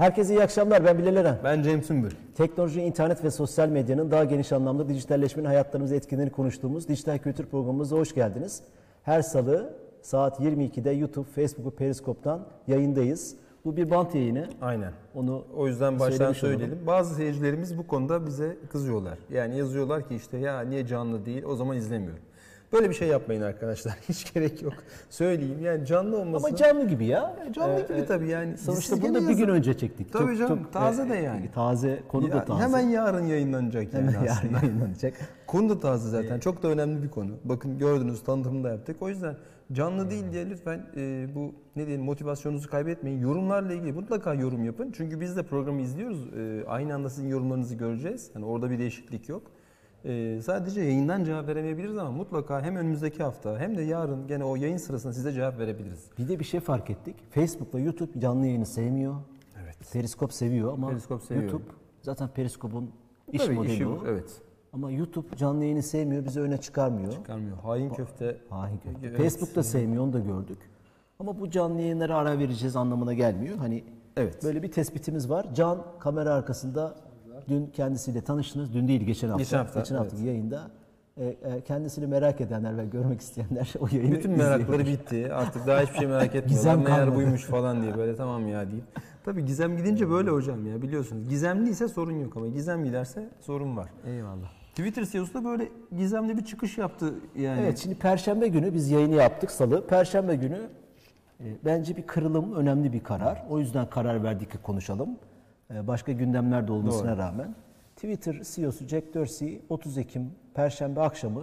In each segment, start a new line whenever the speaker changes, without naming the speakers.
Herkese iyi akşamlar. Ben Bilal Eren.
Ben Cem Sümbül.
Teknoloji, internet ve sosyal medyanın daha geniş anlamda dijitalleşmenin hayatlarımızı etkilerini konuştuğumuz Dijital Kültür programımıza hoş geldiniz. Her salı saat 22'de YouTube, Facebook ve Periskop'tan yayındayız. Bu bir bant yayını.
Aynen.
O
yüzden baştan söyleyelim. Bazı seyircilerimiz bu konuda bize kızıyorlar. Yani yazıyorlar ki işte ya niye canlı değil, o zaman izlemiyorum. Böyle bir şey yapmayın arkadaşlar. Hiç gerek yok. Söyleyeyim yani canlı olması.
Ama canlı gibi ya.
Canlı gibi tabii yani.
Sonuçta bunu da bir gün önce çektik.
Tabii canım. Taze de yani.
Taze, konu da taze.
Hemen yarın yayınlanacak yani
aslında. Hemen yarın yayınlanacak.
Konu da taze zaten. Çok da önemli bir konu. Bakın gördünüz, tanıtımını da yaptık. O yüzden canlı değil diye lütfen bu ne diyelim motivasyonunuzu kaybetmeyin. Yorumlarla ilgili mutlaka yorum yapın. Çünkü biz de programı izliyoruz. Aynı anda sizin yorumlarınızı göreceğiz. Yani orada bir değişiklik yok. Sadece yayından cevap veremeyebiliriz ama mutlaka hem önümüzdeki hafta hem de yarın gene o yayın sırasında size cevap verebiliriz.
Bir de bir şey fark ettik. Facebook ve YouTube canlı yayını sevmiyor.
Evet.
Periskop seviyor ama YouTube zaten Periskop'un iş modeli o.
Evet.
Ama YouTube canlı yayını sevmiyor, bizi öne çıkarmıyor.
Hain köfte.
Evet. Facebook da sevmiyor, onu da gördük. Ama bu canlı yayınlara ara vereceğiz anlamına gelmiyor. Hani
evet.
Böyle bir tespitimiz var. Can kamera arkasında. Dün kendisiyle tanıştınız. Dün değil, geçen haftaki yayında. Kendisini merak edenler ve görmek isteyenler o yayını
bütün merakları bitti. Artık daha hiçbir şey merak etmiyorlar.
Gizem
meğer buymuş falan diye böyle tamam ya deyip. Tabii gizem gidince böyle hocam ya biliyorsunuz. Gizemliyse sorun yok ama gizem giderse sorun var.
Eyvallah.
Twitter CEO'su da böyle gizemli bir çıkış yaptı yani.
Evet, şimdi Perşembe günü biz yayını yaptık, Salı. Perşembe günü bence bir kırılım, önemli bir karar. O yüzden karar verdik ki konuşalım. Başka gündemler de olmasına rağmen. Twitter CEO'su Jack Dorsey 30 Ekim Perşembe akşamı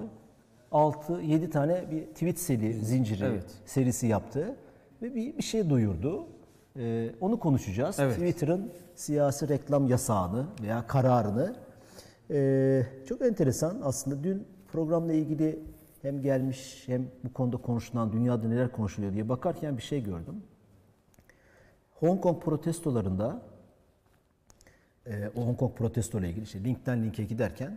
6-7 tane bir tweet zinciri serisi yaptı ve bir şey duyurdu. Onu konuşacağız. Evet. Twitter'ın siyasi reklam yasağını veya kararını. Çok enteresan aslında. Dün programla ilgili hem gelmiş hem bu konuda konuşulan, dünyada neler konuşuluyor diye bakarken bir şey gördüm. Hong Kong protestolarında o Hong Kong protestoyla ilgili işte linkten linke giderken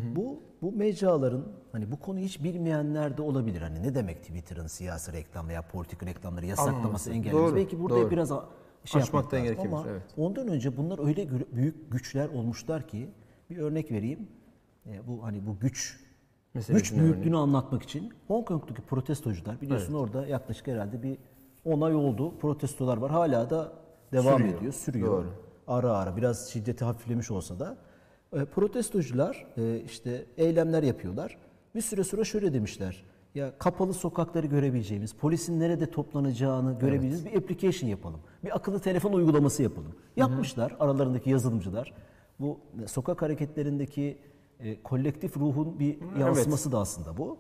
bu mecraların hani bu konuyu hiç bilmeyenler de olabilir. Hani ne demek Twitter'ın siyasi reklam veya politik reklamları yasaklaması, engellemesi. Belki burada biraz
açmakta gerekebilir.
Ama ondan önce bunlar öyle büyük güçler olmuşlar ki bir örnek vereyim. Bu güç büyüklüğünü anlatmak için Hong Kong'daki protestocular biliyorsun orada yaklaşık herhalde bir 10 ay oldu. Protestolar var. Hala da devam ediyor, sürüyor. Doğru. Ara biraz şiddeti hafiflemiş olsa da protestocular işte eylemler yapıyorlar. Bir süre sonra şöyle demişler. Ya kapalı sokakları görebileceğimiz, polisin nerede toplanacağını görebileceğimiz bir application yapalım. Bir akıllı telefon uygulaması yapalım. Yapmışlar aralarındaki yazılımcılar. Bu sokak hareketlerindeki kolektif ruhun bir yansıması da aslında bu.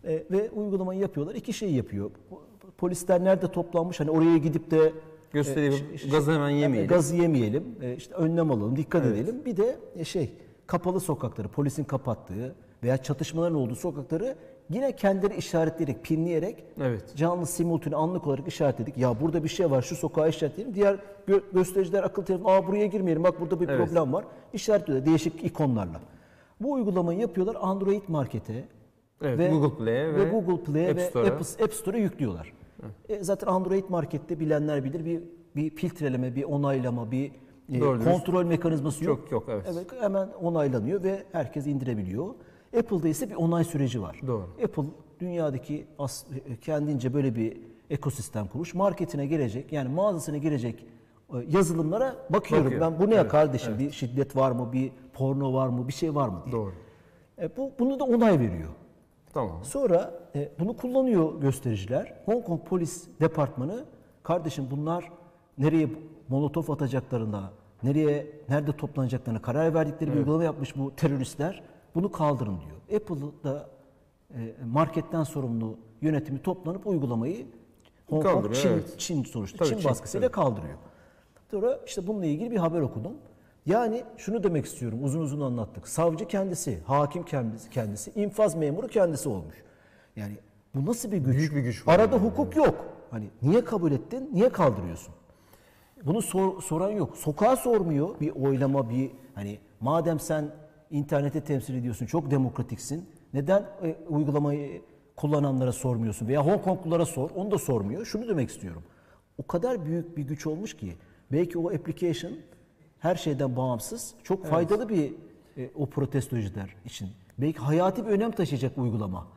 Ve uygulamayı yapıyorlar. İki şey yapıyor. Polisler nerede toplanmış? Hani oraya gidip de
gösterelim. Gazı hemen yemeyelim.
Gazı yemeyelim. İşte önlem alalım, dikkat edelim. Bir de kapalı sokakları, polisin kapattığı veya çatışmaların olduğu sokakları yine kendileri işaretleyerek, pinleyerek canlı simultane anlık olarak işaretledik. Ya burada bir şey var, şu sokağa işaretleyelim. Diğer göstericiler akıllı telefon, buraya girmeyelim, bak burada bir problem var. İşaretliyorlar değişik ikonlarla. Bu uygulamayı yapıyorlar Android Market'e ve Google Play ve App Store'a yüklüyorlar. Zaten Android Market'te bilenler bilir bir filtreleme, bir onaylama, bir kontrol mekanizması yok.
Yok.
Evet, hemen onaylanıyor ve herkes indirebiliyor. Apple'da ise bir onay süreci var.
Doğru.
Apple dünyadaki kendince böyle bir ekosistem kurmuş. Marketine girecek, yani mağazasına girecek yazılımlara bakıyorum. Ben bu ne kardeşim? Bir şiddet var mı? Bir porno var mı? Bir şey var mı diye.
Doğru.
Bunu da onay veriyor.
Tamam.
Sonra bunu kullanıyor göstericiler. Hong Kong Polis Departmanı, kardeşim bunlar nereye molotof atacaklarına, nerede toplanacaklarına karar verdikleri bir uygulama yapmış bu teröristler. Bunu kaldırın diyor. Apple'da marketten sorumlu yönetimi toplanıp uygulamayı Hong Kong, Çin sonuçta Çin baskısıyla kaldırıyor. Sonra işte bununla ilgili bir haber okudum. Yani şunu demek istiyorum, uzun uzun anlattık. Savcı kendisi, hakim kendisi, infaz memuru kendisi olmuş. Yani bu nasıl bir güç?
Büyük bir güç.
Arada hukuk yok. Hani niye kabul ettin, niye kaldırıyorsun? Bunu soran yok. Sokağa sormuyor bir oylama, hani madem sen interneti temsil ediyorsun, çok demokratiksin. Neden uygulamayı kullananlara sormuyorsun? Veya Hong Konglulara sor, onu da sormuyor. Şunu demek istiyorum. O kadar büyük bir güç olmuş ki Belki o application her şeyden bağımsız çok faydalı bir o protestocular için. Belki hayati bir önem taşıyacak uygulama.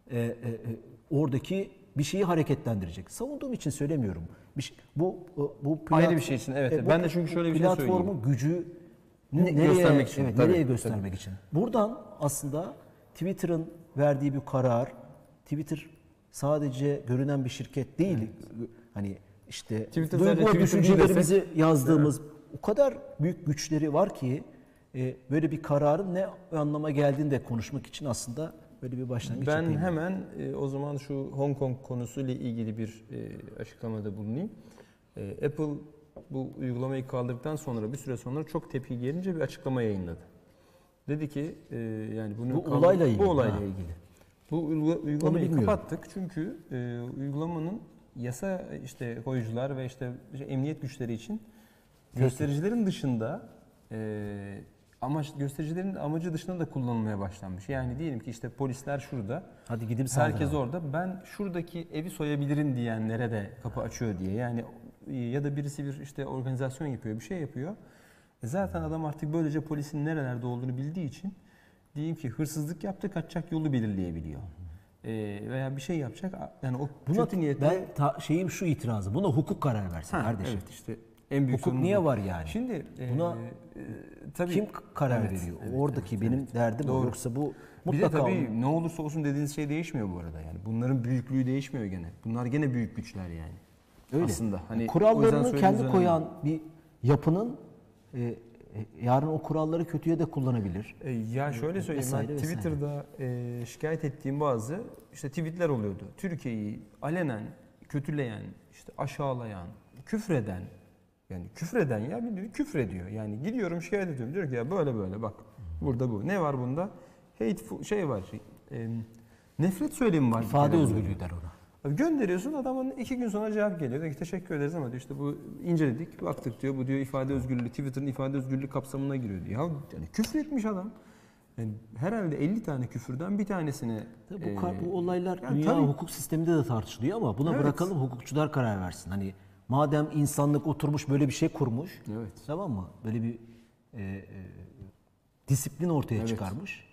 Oradaki bir şeyi hareketlendirecek. Savunduğum için söylemiyorum. Bu
Ayrı bir şey için, evet. Ben de çünkü şöyle bir şey söyleyeyim.
Platformun gücü
Göstermek için.
Evet,
Tabii,
nereye göstermek için. Buradan aslında Twitter'ın verdiği bir karar, Twitter sadece görünen bir şirket değil. Hani işte
Twitter
duygu
sadece
ve
Twitter
düşüncelerimizi yazdığımız o kadar büyük güçleri var ki böyle bir kararın ne anlama geldiğini de konuşmak için aslında böyle bir başlangıç
Ben
yapayım.
hemen o zaman şu Hong Kong konusuyla ilgili bir açıklamada bulunayım. Apple bu uygulamayı kaldırdıktan sonra bir süre sonra çok tepki gelince bir açıklama yayınladı. Dedi ki yani bunu
Bu olayla ilgili.
Bu olayla ilgili. Bu uygulamayı
bilmiyorum.
kapattık çünkü uygulamanın yasa işte koyucular ve işte emniyet güçleri için göstericilerin dışında göstericilerin amacı dışında da kullanılmaya başlanmış. Yani diyelim ki işte polisler şurada.
Hadi gidip
herkes orada. Ben şuradaki evi soyabilirim diyenlere de kapı açıyor diye. Yani ya da birisi bir işte organizasyon yapıyor, bir şey yapıyor. Zaten adam artık böylece polisin nerelerde olduğunu bildiği için diyeyim ki hırsızlık yaptı, kaçacak yolu belirleyebiliyor. Veya bir şey yapacak. Yani o kötü niyetle
Şeyim şu itirazı. Buna hukuk karar versin kardeşim.
Evet işte en büyük
Hukuk niye var yani?
Şimdi
buna
tabii
kim karar veriyor? Oradaki benim derdim o. Yoksa bu
bir de
mutlaka
tabii ne olursa olsun dediğiniz şey değişmiyor bu arada yani. Bunların büyüklüğü değişmiyor gene. Bunlar gene büyük güçler yani.
öyle.
Aslında hani
Kurallarını kendi koyan bir yapının yarın o kuralları kötüye de kullanabilir.
Ya şöyle söyleyeyim, ben Twitter'da şikayet ettiğim bazı işte tweetler oluyordu. Türkiye'yi alenen kötüleyen, işte aşağılayan, küfreden, yani küfreden ya bir küfrediyor. Yani gidiyorum şikayet ediyorum. Diyor ki ya böyle böyle bak burada bu. Ne var bunda? Hateful şey var. Nefret söylemi var.
İfade özgürlüğü der ona.
Gönderiyorsun, adamın 2 gün sonra cevap geliyor. Diyor ki teşekkür ederiz ama diyor işte bu inceledik, baktık diyor. Bu diyor ifade özgürlüğü, Twitter'ın ifade özgürlüğü kapsamına giriyor diyor. Ya yani küfür etmiş adam. Yani herhalde 50 tane küfürden bir tanesine...
Bu olaylar
yani
dünya
tabii,
hukuk sisteminde de tartışılıyor ama buna bırakalım, hukukçular karar versin. Hani madem insanlık oturmuş böyle bir şey kurmuş, tamam mı? Böyle bir disiplin ortaya çıkarmış.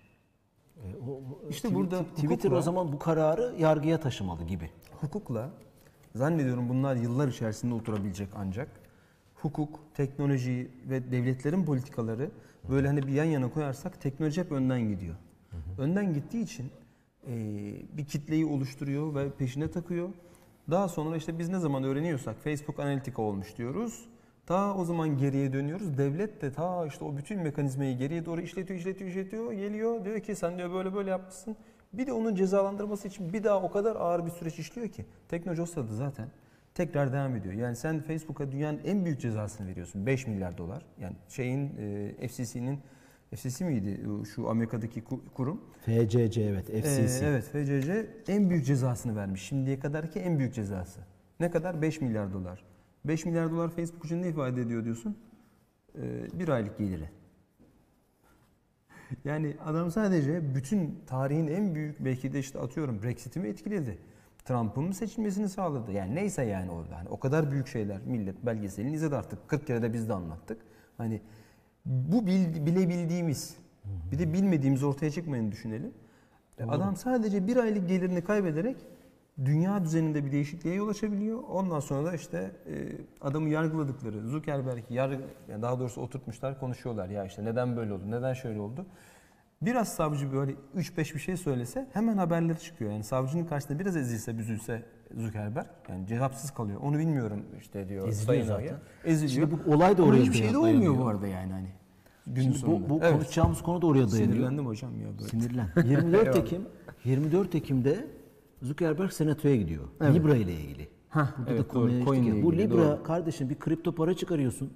İşte burada
Twitter o zaman bu kararı yargıya taşımalı gibi.
Hukukla zannediyorum bunlar yıllar içerisinde oturabilecek ancak. Hukuk, teknoloji ve devletlerin politikaları böyle hani bir yan yana koyarsak teknoloji hep önden gidiyor. Önden gittiği için bir kitleyi oluşturuyor ve peşine takıyor. Daha sonra işte biz ne zaman öğreniyorsak Facebook analitika olmuş diyoruz. Ta o zaman geriye dönüyoruz. Devlet de ta işte o bütün mekanizmayı geriye doğru işletiyor. Geliyor diyor ki sen diyor böyle böyle yapmışsın. Bir de onun cezalandırması için bir daha o kadar ağır bir süreç işliyor ki. Teknoloji o sırada zaten tekrar devam ediyor. Yani sen Facebook'a dünyanın en büyük cezasını veriyorsun. 5 milyar dolar. Yani FCC'nin FCC miydi şu Amerika'daki kurum?
FCC evet, FCC.
Evet, FCC en büyük cezasını vermiş. Şimdiye kadarki en büyük cezası. Ne kadar? 5 milyar dolar. 5 milyar dolar Facebook için ne ifade ediyor diyorsun? Bir aylık geliri. Yani adam sadece bütün tarihin en büyük, belki de işte atıyorum Brexit'i mi etkiledi? Trump'ın mı seçilmesini sağladı? Yani neyse yani orada. Hani o kadar büyük şeyler, millet belgeselini izledi artık. 40 kere de biz de anlattık. Hani bu bilebildiğimiz, bir de bilmediğimiz ortaya çıkmayını düşünelim. Doğru. Adam sadece bir aylık gelirini kaybederek dünya düzeninde bir değişikliğe yol açabiliyor. Ondan sonra da işte adamı yargıladıkları Zuckerberg yani daha doğrusu oturtmuşlar, konuşuyorlar. Ya işte neden böyle oldu, neden şöyle oldu. Biraz savcı böyle 3-5 bir şey söylese hemen haberleri çıkıyor. Yani savcının karşısında biraz ezilse, büzülse Zuckerberg yani cevapsız kalıyor. Onu bilmiyorum işte diyor.
Eziliyor zaten.
Eziliyor.
Şimdi bu olay da oraya
hiçbir şey de olmuyor bu arada yani hani.
Günün sonunda. Bu konuşacağımız konu da oraya dayanıyor.
Sinirlendim hocam ya böyle.
Sinirlen. 24 Ekim'de Zuckerberg senatoya gidiyor. Evet. Libra ile ilgili. Burada da konuya ilgili. Bu Libra doğru. Kardeşim bir kripto para çıkarıyorsun.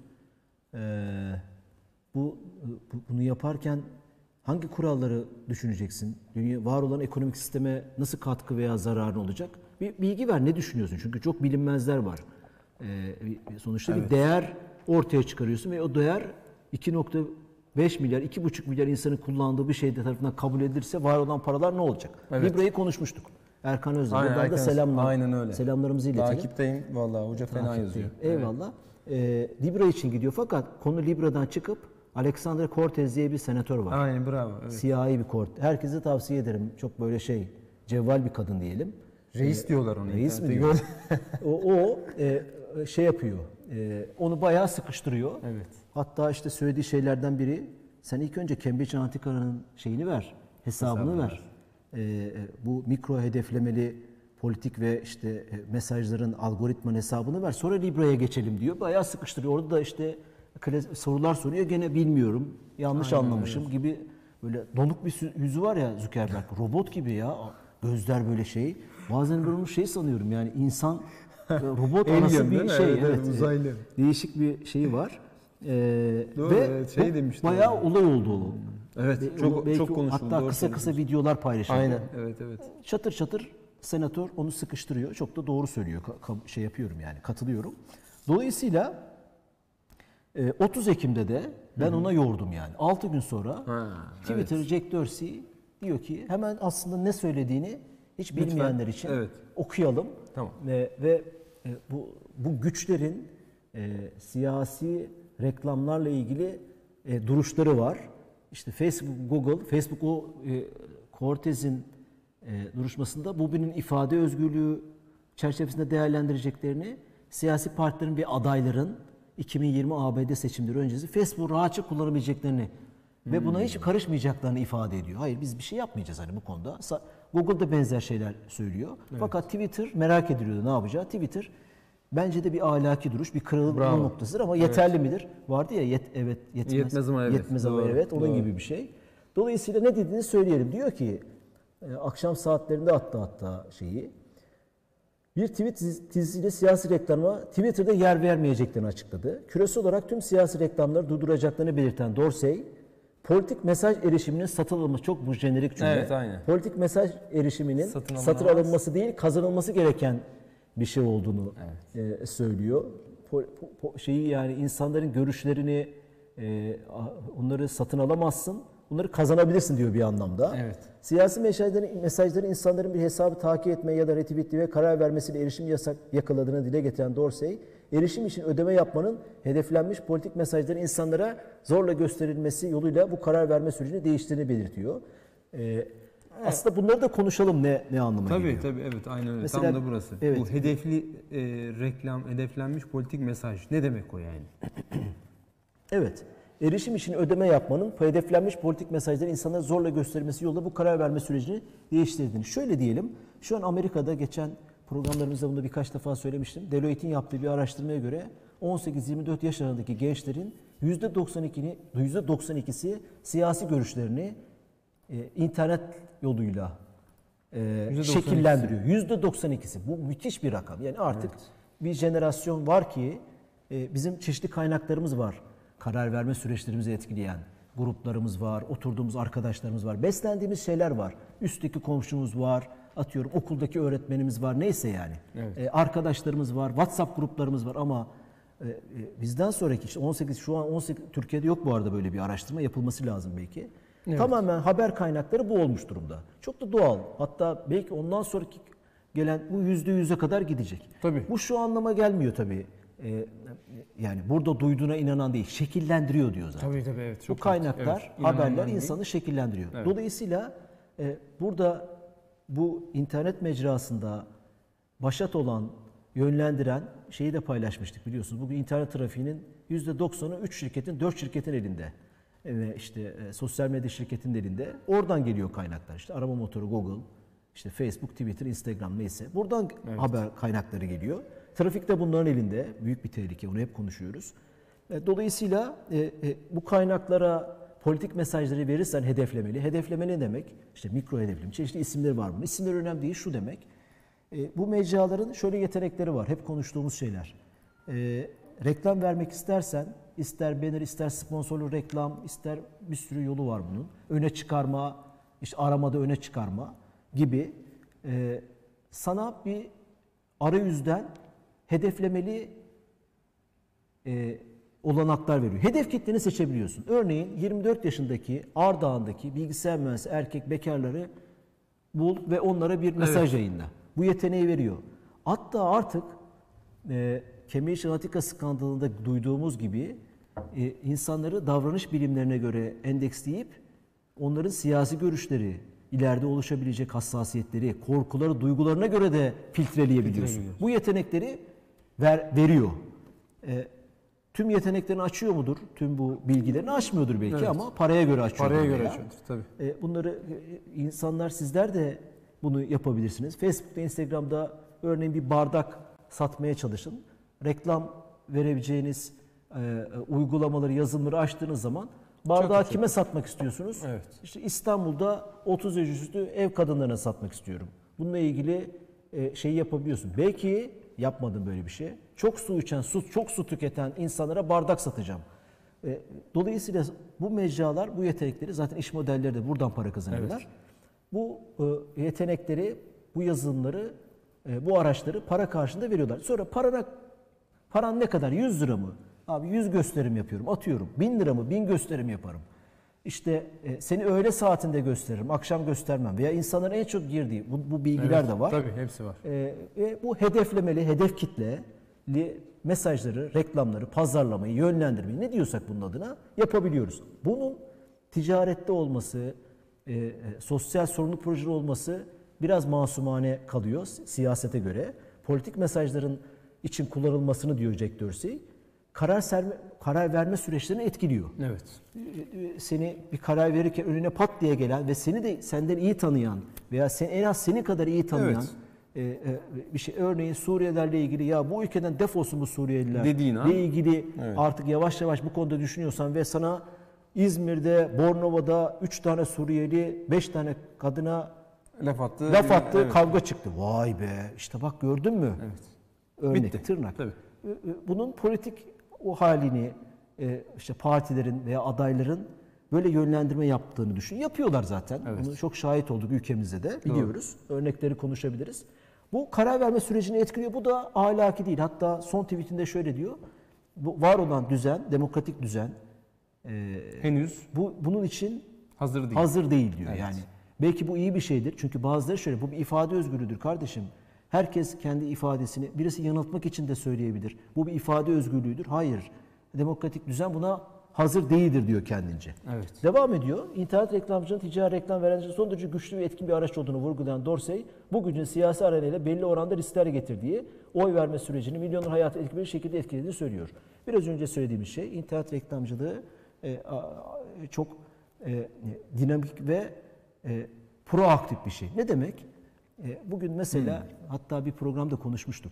Bunu yaparken hangi kuralları düşüneceksin? Dünya var olan ekonomik sisteme nasıl katkı veya zararın olacak? Bir bilgi ver, ne düşünüyorsun? Çünkü çok bilinmezler var. Sonuçta bir değer ortaya çıkarıyorsun ve o değer 2.5 milyar, 2.5 milyar insanın kullandığı bir şey tarafından kabul edilirse var olan paralar ne olacak? Evet. Libra'yı konuşmuştuk. Erkan Özden. Buradan da selamlar.
Aynen öyle.
Selamlarımızı iletelim.
Takipteyim vallahi, hoca fena yazıyor.
Eyvallah. Libra için gidiyor fakat konu Libra'dan çıkıp Alexandria Cortez diye bir senatör var.
Aynen, bravo. Evet.
Siyahi bir Herkese tavsiye ederim. Çok böyle cevval bir kadın diyelim.
Reis diyorlar ona.
Reis mi diyor? Şey yapıyor. Onu bayağı sıkıştırıyor.
Evet.
Hatta işte söylediği şeylerden biri, sen ilk önce Cambridge Analytica'nın hesabını ver. Bu mikro hedeflemeli politik ve mesajların algoritmanın hesabını ver. Sonra Libra'ya geçelim diyor. Bayağı sıkıştırıyor. Orada da sorular soruyor. Gene bilmiyorum. Yanlış anlamışım gibi böyle donuk bir yüzü var ya Zuckerberg. Robot gibi ya. Gözler böyle. Bazen ben onu sanıyorum. Yani insan robot arası bir
Evet, uzaylı.
Değişik bir şey var.
Doğru,
ve
evet,
bayağı olay oldu o.
Evet, çok konuşuldu.
Hatta kısa videolar paylaşıldı.
Aynen. Evet.
Çatır çatır senatör onu sıkıştırıyor. Çok da doğru söylüyor. Yapıyorum yani, katılıyorum. Dolayısıyla 30 Ekim'de de ben ona yordum yani. 6 gün sonra Twitter Jack Dorsey diyor ki hemen aslında ne söylediğini hiç bilmeyenler için okuyalım.
Tamam.
Ve bu güçlerin siyasi reklamlarla ilgili duruşları var. İşte Facebook o Cortez'in duruşmasında bugünün ifade özgürlüğü çerçevesinde değerlendireceklerini, siyasi partilerin ve adayların 2020 ABD seçimleri öncesi Facebook rahatça kullanabileceklerini ve buna hiç karışmayacaklarını ifade ediyor. Hayır, biz bir şey yapmayacağız bu konuda. Google da benzer şeyler söylüyor. Evet. Fakat Twitter merak ediliyordu ne yapacağı. Twitter bence de bir ahlaki duruş, bir kırılma noktasıdır ama yeterli midir? Vardı ya yetmez ama onun gibi bir şey. Dolayısıyla ne dediğini söyleyelim. Diyor ki akşam saatlerinde hatta bir tweet dizisiyle siyasi reklama Twitter'da yer vermeyeceklerini açıkladı. Küresel olarak tüm siyasi reklamları durduracaklarını belirten Dorsey, politik mesaj erişiminin satın alınması, çok bu jenerik cümle.
Evet, aynen.
Politik mesaj erişiminin satın alınması değil, kazanılması gereken bir şey olduğunu söylüyor. Yani insanların görüşlerini, onları satın alamazsın, onları kazanabilirsin diyor bir anlamda.
Evet.
Siyasi mesajların insanların bir hesabı takip etmeye ya da retweetlemeye karar vermesiyle erişim yakaladığını dile getiren Dorsey, erişim için ödeme yapmanın hedeflenmiş politik mesajların insanlara zorla gösterilmesi yoluyla bu karar verme sürecini değiştirdiğini belirtiyor. Aslında bunları da konuşalım ne anlama geliyor.
Tabii, evet, aynen öyle.
Mesela,
tam da burası.
Evet.
Bu hedefli reklam, hedeflenmiş politik mesaj. Ne demek o yani?
Evet. Erişim için ödeme yapmanın hedeflenmiş politik mesajları insanlara zorla gösterilmesi yolunda bu karar verme sürecini değiştirdiğini. Şöyle diyelim, şu an Amerika'da geçen programlarımızda bunu birkaç defa söylemiştim. Deloitte'in yaptığı bir araştırmaya göre 18-24 yaş arasındaki gençlerin %92'si siyasi görüşlerini internet yoluyla şekillendiriyor. %92'si. Bu müthiş bir rakam. Yani artık bir jenerasyon var ki bizim çeşitli kaynaklarımız var. Karar verme süreçlerimizi etkileyen gruplarımız var, oturduğumuz arkadaşlarımız var, beslendiğimiz şeyler var. Üstteki komşumuz var, atıyorum okuldaki öğretmenimiz var, neyse yani. Evet. Arkadaşlarımız var, WhatsApp gruplarımız var ama bizden sonraki şu an 18 Türkiye'de yok bu arada böyle bir araştırma yapılması lazım belki. Evet. Tamamen haber kaynakları bu olmuş durumda. Çok da doğal. Hatta belki ondan sonraki gelen bu %100'e kadar gidecek.
Tabii.
Bu şu anlama gelmiyor tabii. Yani burada duyduğuna inanan değil, şekillendiriyor diyor zaten.
Tabii evet.
Bu kaynaklar, haberler insanı şekillendiriyor. Evet. Dolayısıyla burada bu internet mecrasında başat olan, yönlendiren şeyi de paylaşmıştık biliyorsunuz. Bugün internet trafiğinin %90'ı 4 şirketin elinde. Ve sosyal medya şirketinin elinde. Oradan geliyor kaynaklar. İşte arama motoru Google, Facebook, Twitter, Instagram neyse. Buradan haber kaynakları geliyor. Trafik de bunların elinde. Büyük bir tehlike. Onu hep konuşuyoruz. Dolayısıyla bu kaynaklara politik mesajları verirsen hedeflemeli. Hedefleme ne demek? Mikro hedefleme. Çeşitli isimleri var bunun. İsimler önemli değil. Şu demek. Bu mecraların şöyle yetenekleri var. Hep konuştuğumuz şeyler. Reklam vermek istersen, ister banner, ister sponsorlu reklam, ister bir sürü yolu var bunun. Öne çıkarma, aramada öne çıkarma gibi sana bir arayüzden hedeflemeli olanaklar veriyor. Hedef kitleni seçebiliyorsun. Örneğin 24 yaşındaki Ardahan'daki bilgisayar mühendisi erkek bekarları bul ve onlara bir mesaj yayınla. Bu yeteneği veriyor. Hatta artık Cambridge Analytica skandalında duyduğumuz gibi insanları davranış bilimlerine göre endeksleyip onların siyasi görüşleri, ileride oluşabilecek hassasiyetleri, korkuları, duygularına göre de filtreleyebiliyorsun. Bu yetenekleri veriyor. Tüm yeteneklerini açıyor mudur? Tüm bu bilgilerini açmıyordur belki ama paraya göre açıyordur.
Paraya göre açıyordur tabii.
Bunları insanlar, sizler de bunu yapabilirsiniz. Facebook'ta, Instagram'da örneğin bir bardak satmaya çalışın. Reklam verebileceğiniz uygulamaları, yazılımları açtığınız zaman bardağı kime satmak istiyorsunuz?
Evet.
İşte İstanbul'da 30 yaş üstü ev kadınlarına satmak istiyorum. Bununla ilgili şeyi yapabiliyorsun. Belki yapmadım böyle bir şey. Çok su içen, çok su tüketen insanlara bardak satacağım. Dolayısıyla bu mecralar, bu yetenekleri, zaten iş modelleri de buradan para kazanıyorlar. Evet. Bu yetenekleri, bu yazılımları, bu araçları para karşılığında veriyorlar. Sonra paran ne kadar? 100 lira mı? Abi 100 gösterim yapıyorum, atıyorum. 1000 lira mı? 1000 gösterim yaparım. İşte seni öğle saatinde gösteririm, akşam göstermem. Veya insanların en çok girdiği, bu bilgiler de var.
Tabii, hepsi var.
Bu hedeflemeli, hedef kitleli mesajları, reklamları, pazarlamayı, yönlendirmeyi, ne diyorsak bunun adına yapabiliyoruz. Bunun ticarette olması, sosyal sorumluluk projeleri olması biraz masumane kalıyor siyasete göre. Politik mesajların için kullanılmasını diyor Jack Dorsey, karar verme süreçlerini etkiliyor.
Evet.
Seni bir karar verirken önüne pat diye gelen ve seni de senden iyi tanıyan veya en az seni kadar iyi tanıyan bir şey. Örneğin Suriyelilerle ilgili, ya bu ülkeden defolsun bu Suriyelilerle ilgili artık yavaş yavaş bu konuda düşünüyorsan ve sana İzmir'de, Bornova'da 3 tane Suriyeli, 5 tane kadına laf attı, kavga çıktı. Vay be, işte bak gördün mü? Evet. Örnek, bitti. Tırnak. Tabii. Bunun politik o halini işte partilerin veya adayların böyle yönlendirme yaptığını düşün. Yapıyorlar zaten. Evet. Bunu çok şahit olduk ülkemizde de, biliyoruz. Doğru. Örnekleri konuşabiliriz. Bu karar verme sürecini etkiliyor. Bu da ahlaki değil. Hatta son tweetinde şöyle diyor. Bu var olan düzen, demokratik düzen
henüz
bunun için
hazır
değil diyor.
Evet.
Yani belki bu iyi bir şeydir. Çünkü bazıları şöyle, bu bir ifade özgürlüğüdür kardeşim. Herkes kendi ifadesini birisi yanıltmak için de söyleyebilir. Bu bir ifade özgürlüğüdür. Hayır. Demokratik düzen buna hazır değildir diyor kendince.
Evet.
Devam ediyor. İnternet reklamcının ticari reklam verenlerin son derece güçlü ve etkin bir araç olduğunu vurgulayan Dorsey, bu gücün siyasi arenayla belli oranda riskler getirdiği, oy verme sürecini milyonların hayatı etkili bir şekilde etkilediğini söylüyor. Biraz önce söylediğimiz şey, internet reklamcılığı çok dinamik ve proaktif bir şey. Ne demek? Bugün mesela hatta bir programda konuşmuştuk.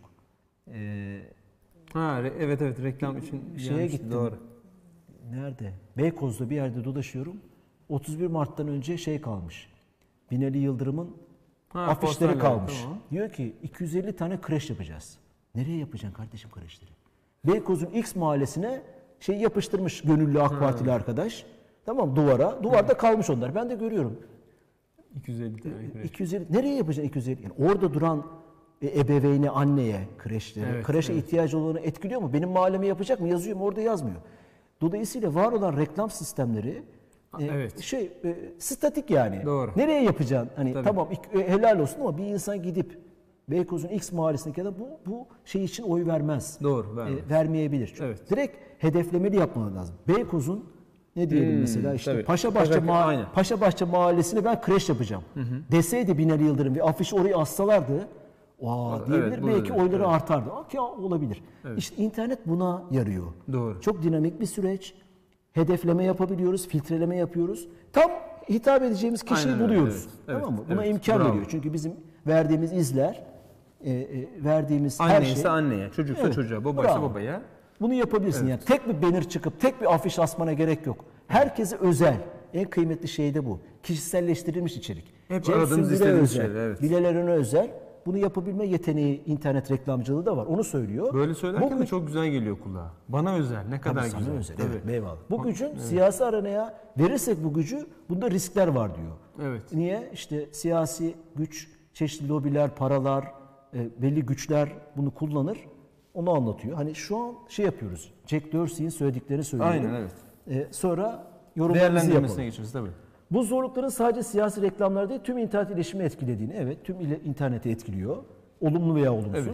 Evet reklam için
şeye gittim.
Doğru.
Nerede? Beykoz'da bir yerde dolaşıyorum. 31 Mart'tan önce şey kalmış. Binali Yıldırım'ın afişleri kalmış. Tamam. Diyor ki 250 tane kreş yapacağız. Nereye yapacaksın kardeşim kreşleri? Beykoz'un X mahallesine şey yapıştırmış gönüllü AK Partili arkadaş. Tamam, duvara. Duvarda kalmış onlar. Ben de görüyorum.
250 tane kreş.
250. Nereye yapacaksın 250? Yani orada duran ebeveyne, anneye kreşleri, kreşe ihtiyacı olanı etkiliyor mu? Benim mahalleme yapacak mı? Yazıyor mu? Orada yazmıyor. Dolayısıyla var olan reklam sistemleri statik yani.
Doğru.
Nereye yapacaksın? Hani tamam helal olsun ama bir insan gidip Beykoz'un X mahallesindeki ya da bu şey için oy vermez.
Doğru.
Vermeyebilir. Çünkü direkt hedeflemeli yapman lazım. Beykoz'un ne diyelim mesela işte Paşabahçe mahallesine ben kreş yapacağım. Deseydi Binali Yıldırım bir afişi oraya assalardı, diyebilir, belki oyları artardı. Olabilir. Evet. İşte internet buna yarıyor.
Doğru.
Çok dinamik bir süreç. Hedefleme yapabiliyoruz, filtreleme yapıyoruz. Tam hitap edeceğimiz kişiyi buluyoruz. Tamam mı? Buna imkan veriyor. Çünkü bizim verdiğimiz izler, verdiğimiz her şey.
Anneyse anneye, çocuksa çocuğa, babaysa babaya.
Bunu yapabilirsin. Yani tek bir banner çıkıp tek bir afiş asmana gerek yok. Herkese özel. En kıymetli şey de bu. Kişiselleştirilmiş içerik.
Hep aradığımız istediğimiz şeyler. Evet.
Bilelerine özel. Bunu yapabilme yeteneği internet reklamcılığı da var. Onu söylüyor.
Böyle söylerken de çok güzel geliyor kulağa. Bana özel. Ne kadar güzel.
Sana özel. Evet. Eyvallah. Bu gücün siyasi arenaya verirsek bu gücü, bunda riskler var diyor.
Evet.
Niye? İşte siyasi güç, çeşitli lobiler, paralar, belli güçler bunu kullanır. Onu anlatıyor. Hani şu an şey yapıyoruz. Jack Dorsey'in söylediklerini söylüyorum.
Aynen, evet.
Sonra yorumlarımızı yapalım.
Geçiriz tabii.
Bu zorlukların sadece siyasi reklamlar değil, tüm internet iletişimi etkilediğini, tüm interneti etkiliyor. Olumlu veya olumsuz. Evet.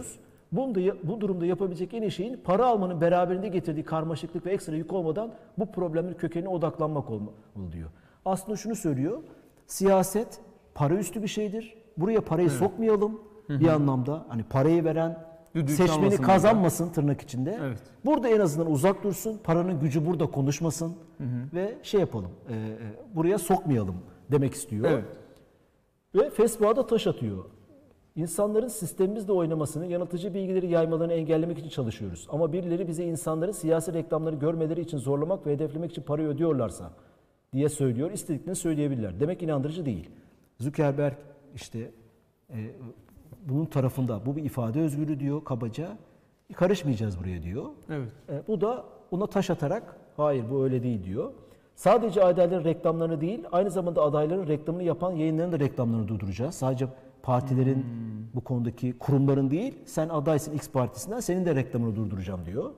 Bu durumda yapabilecek en iyi şeyin para almanın beraberinde getirdiği karmaşıklık ve ekstra yük olmadan bu problemin kökenine odaklanmak olmalı diyor. Aslında şunu söylüyor. Siyaset para üstü bir şeydir. Buraya parayı sokmayalım bir anlamda. Hani parayı veren
Düdüğü
seçmeni
çalmasın
kazanmasın tırnak içinde.
Evet.
Burada en azından uzak dursun. Paranın gücü burada konuşmasın. Ve şey yapalım. Buraya sokmayalım demek istiyor.
Evet.
Ve Facebook'a da taş atıyor. İnsanların sistemimizle oynamasını, yanıltıcı bilgileri yaymalarını engellemek için çalışıyoruz. Ama birileri bize insanların siyasi reklamları görmeleri için zorlamak ve hedeflemek için parayı ödüyorlarsa diye söylüyor. İstediklerini söyleyebilirler. Demek inandırıcı değil. Zuckerberg işte bunun tarafında, bu bir ifade özgürlüğü diyor kabaca. Karışmayacağız buraya diyor.
Evet.
Bu da ona taş atarak hayır bu öyle değil diyor. Sadece adayların reklamlarını değil, aynı zamanda adayların reklamını yapan yayınların da reklamlarını durduracağız. Sadece partilerin bu konudaki kurumların değil, sen adaysın X partisinden senin de reklamını durduracağım diyor.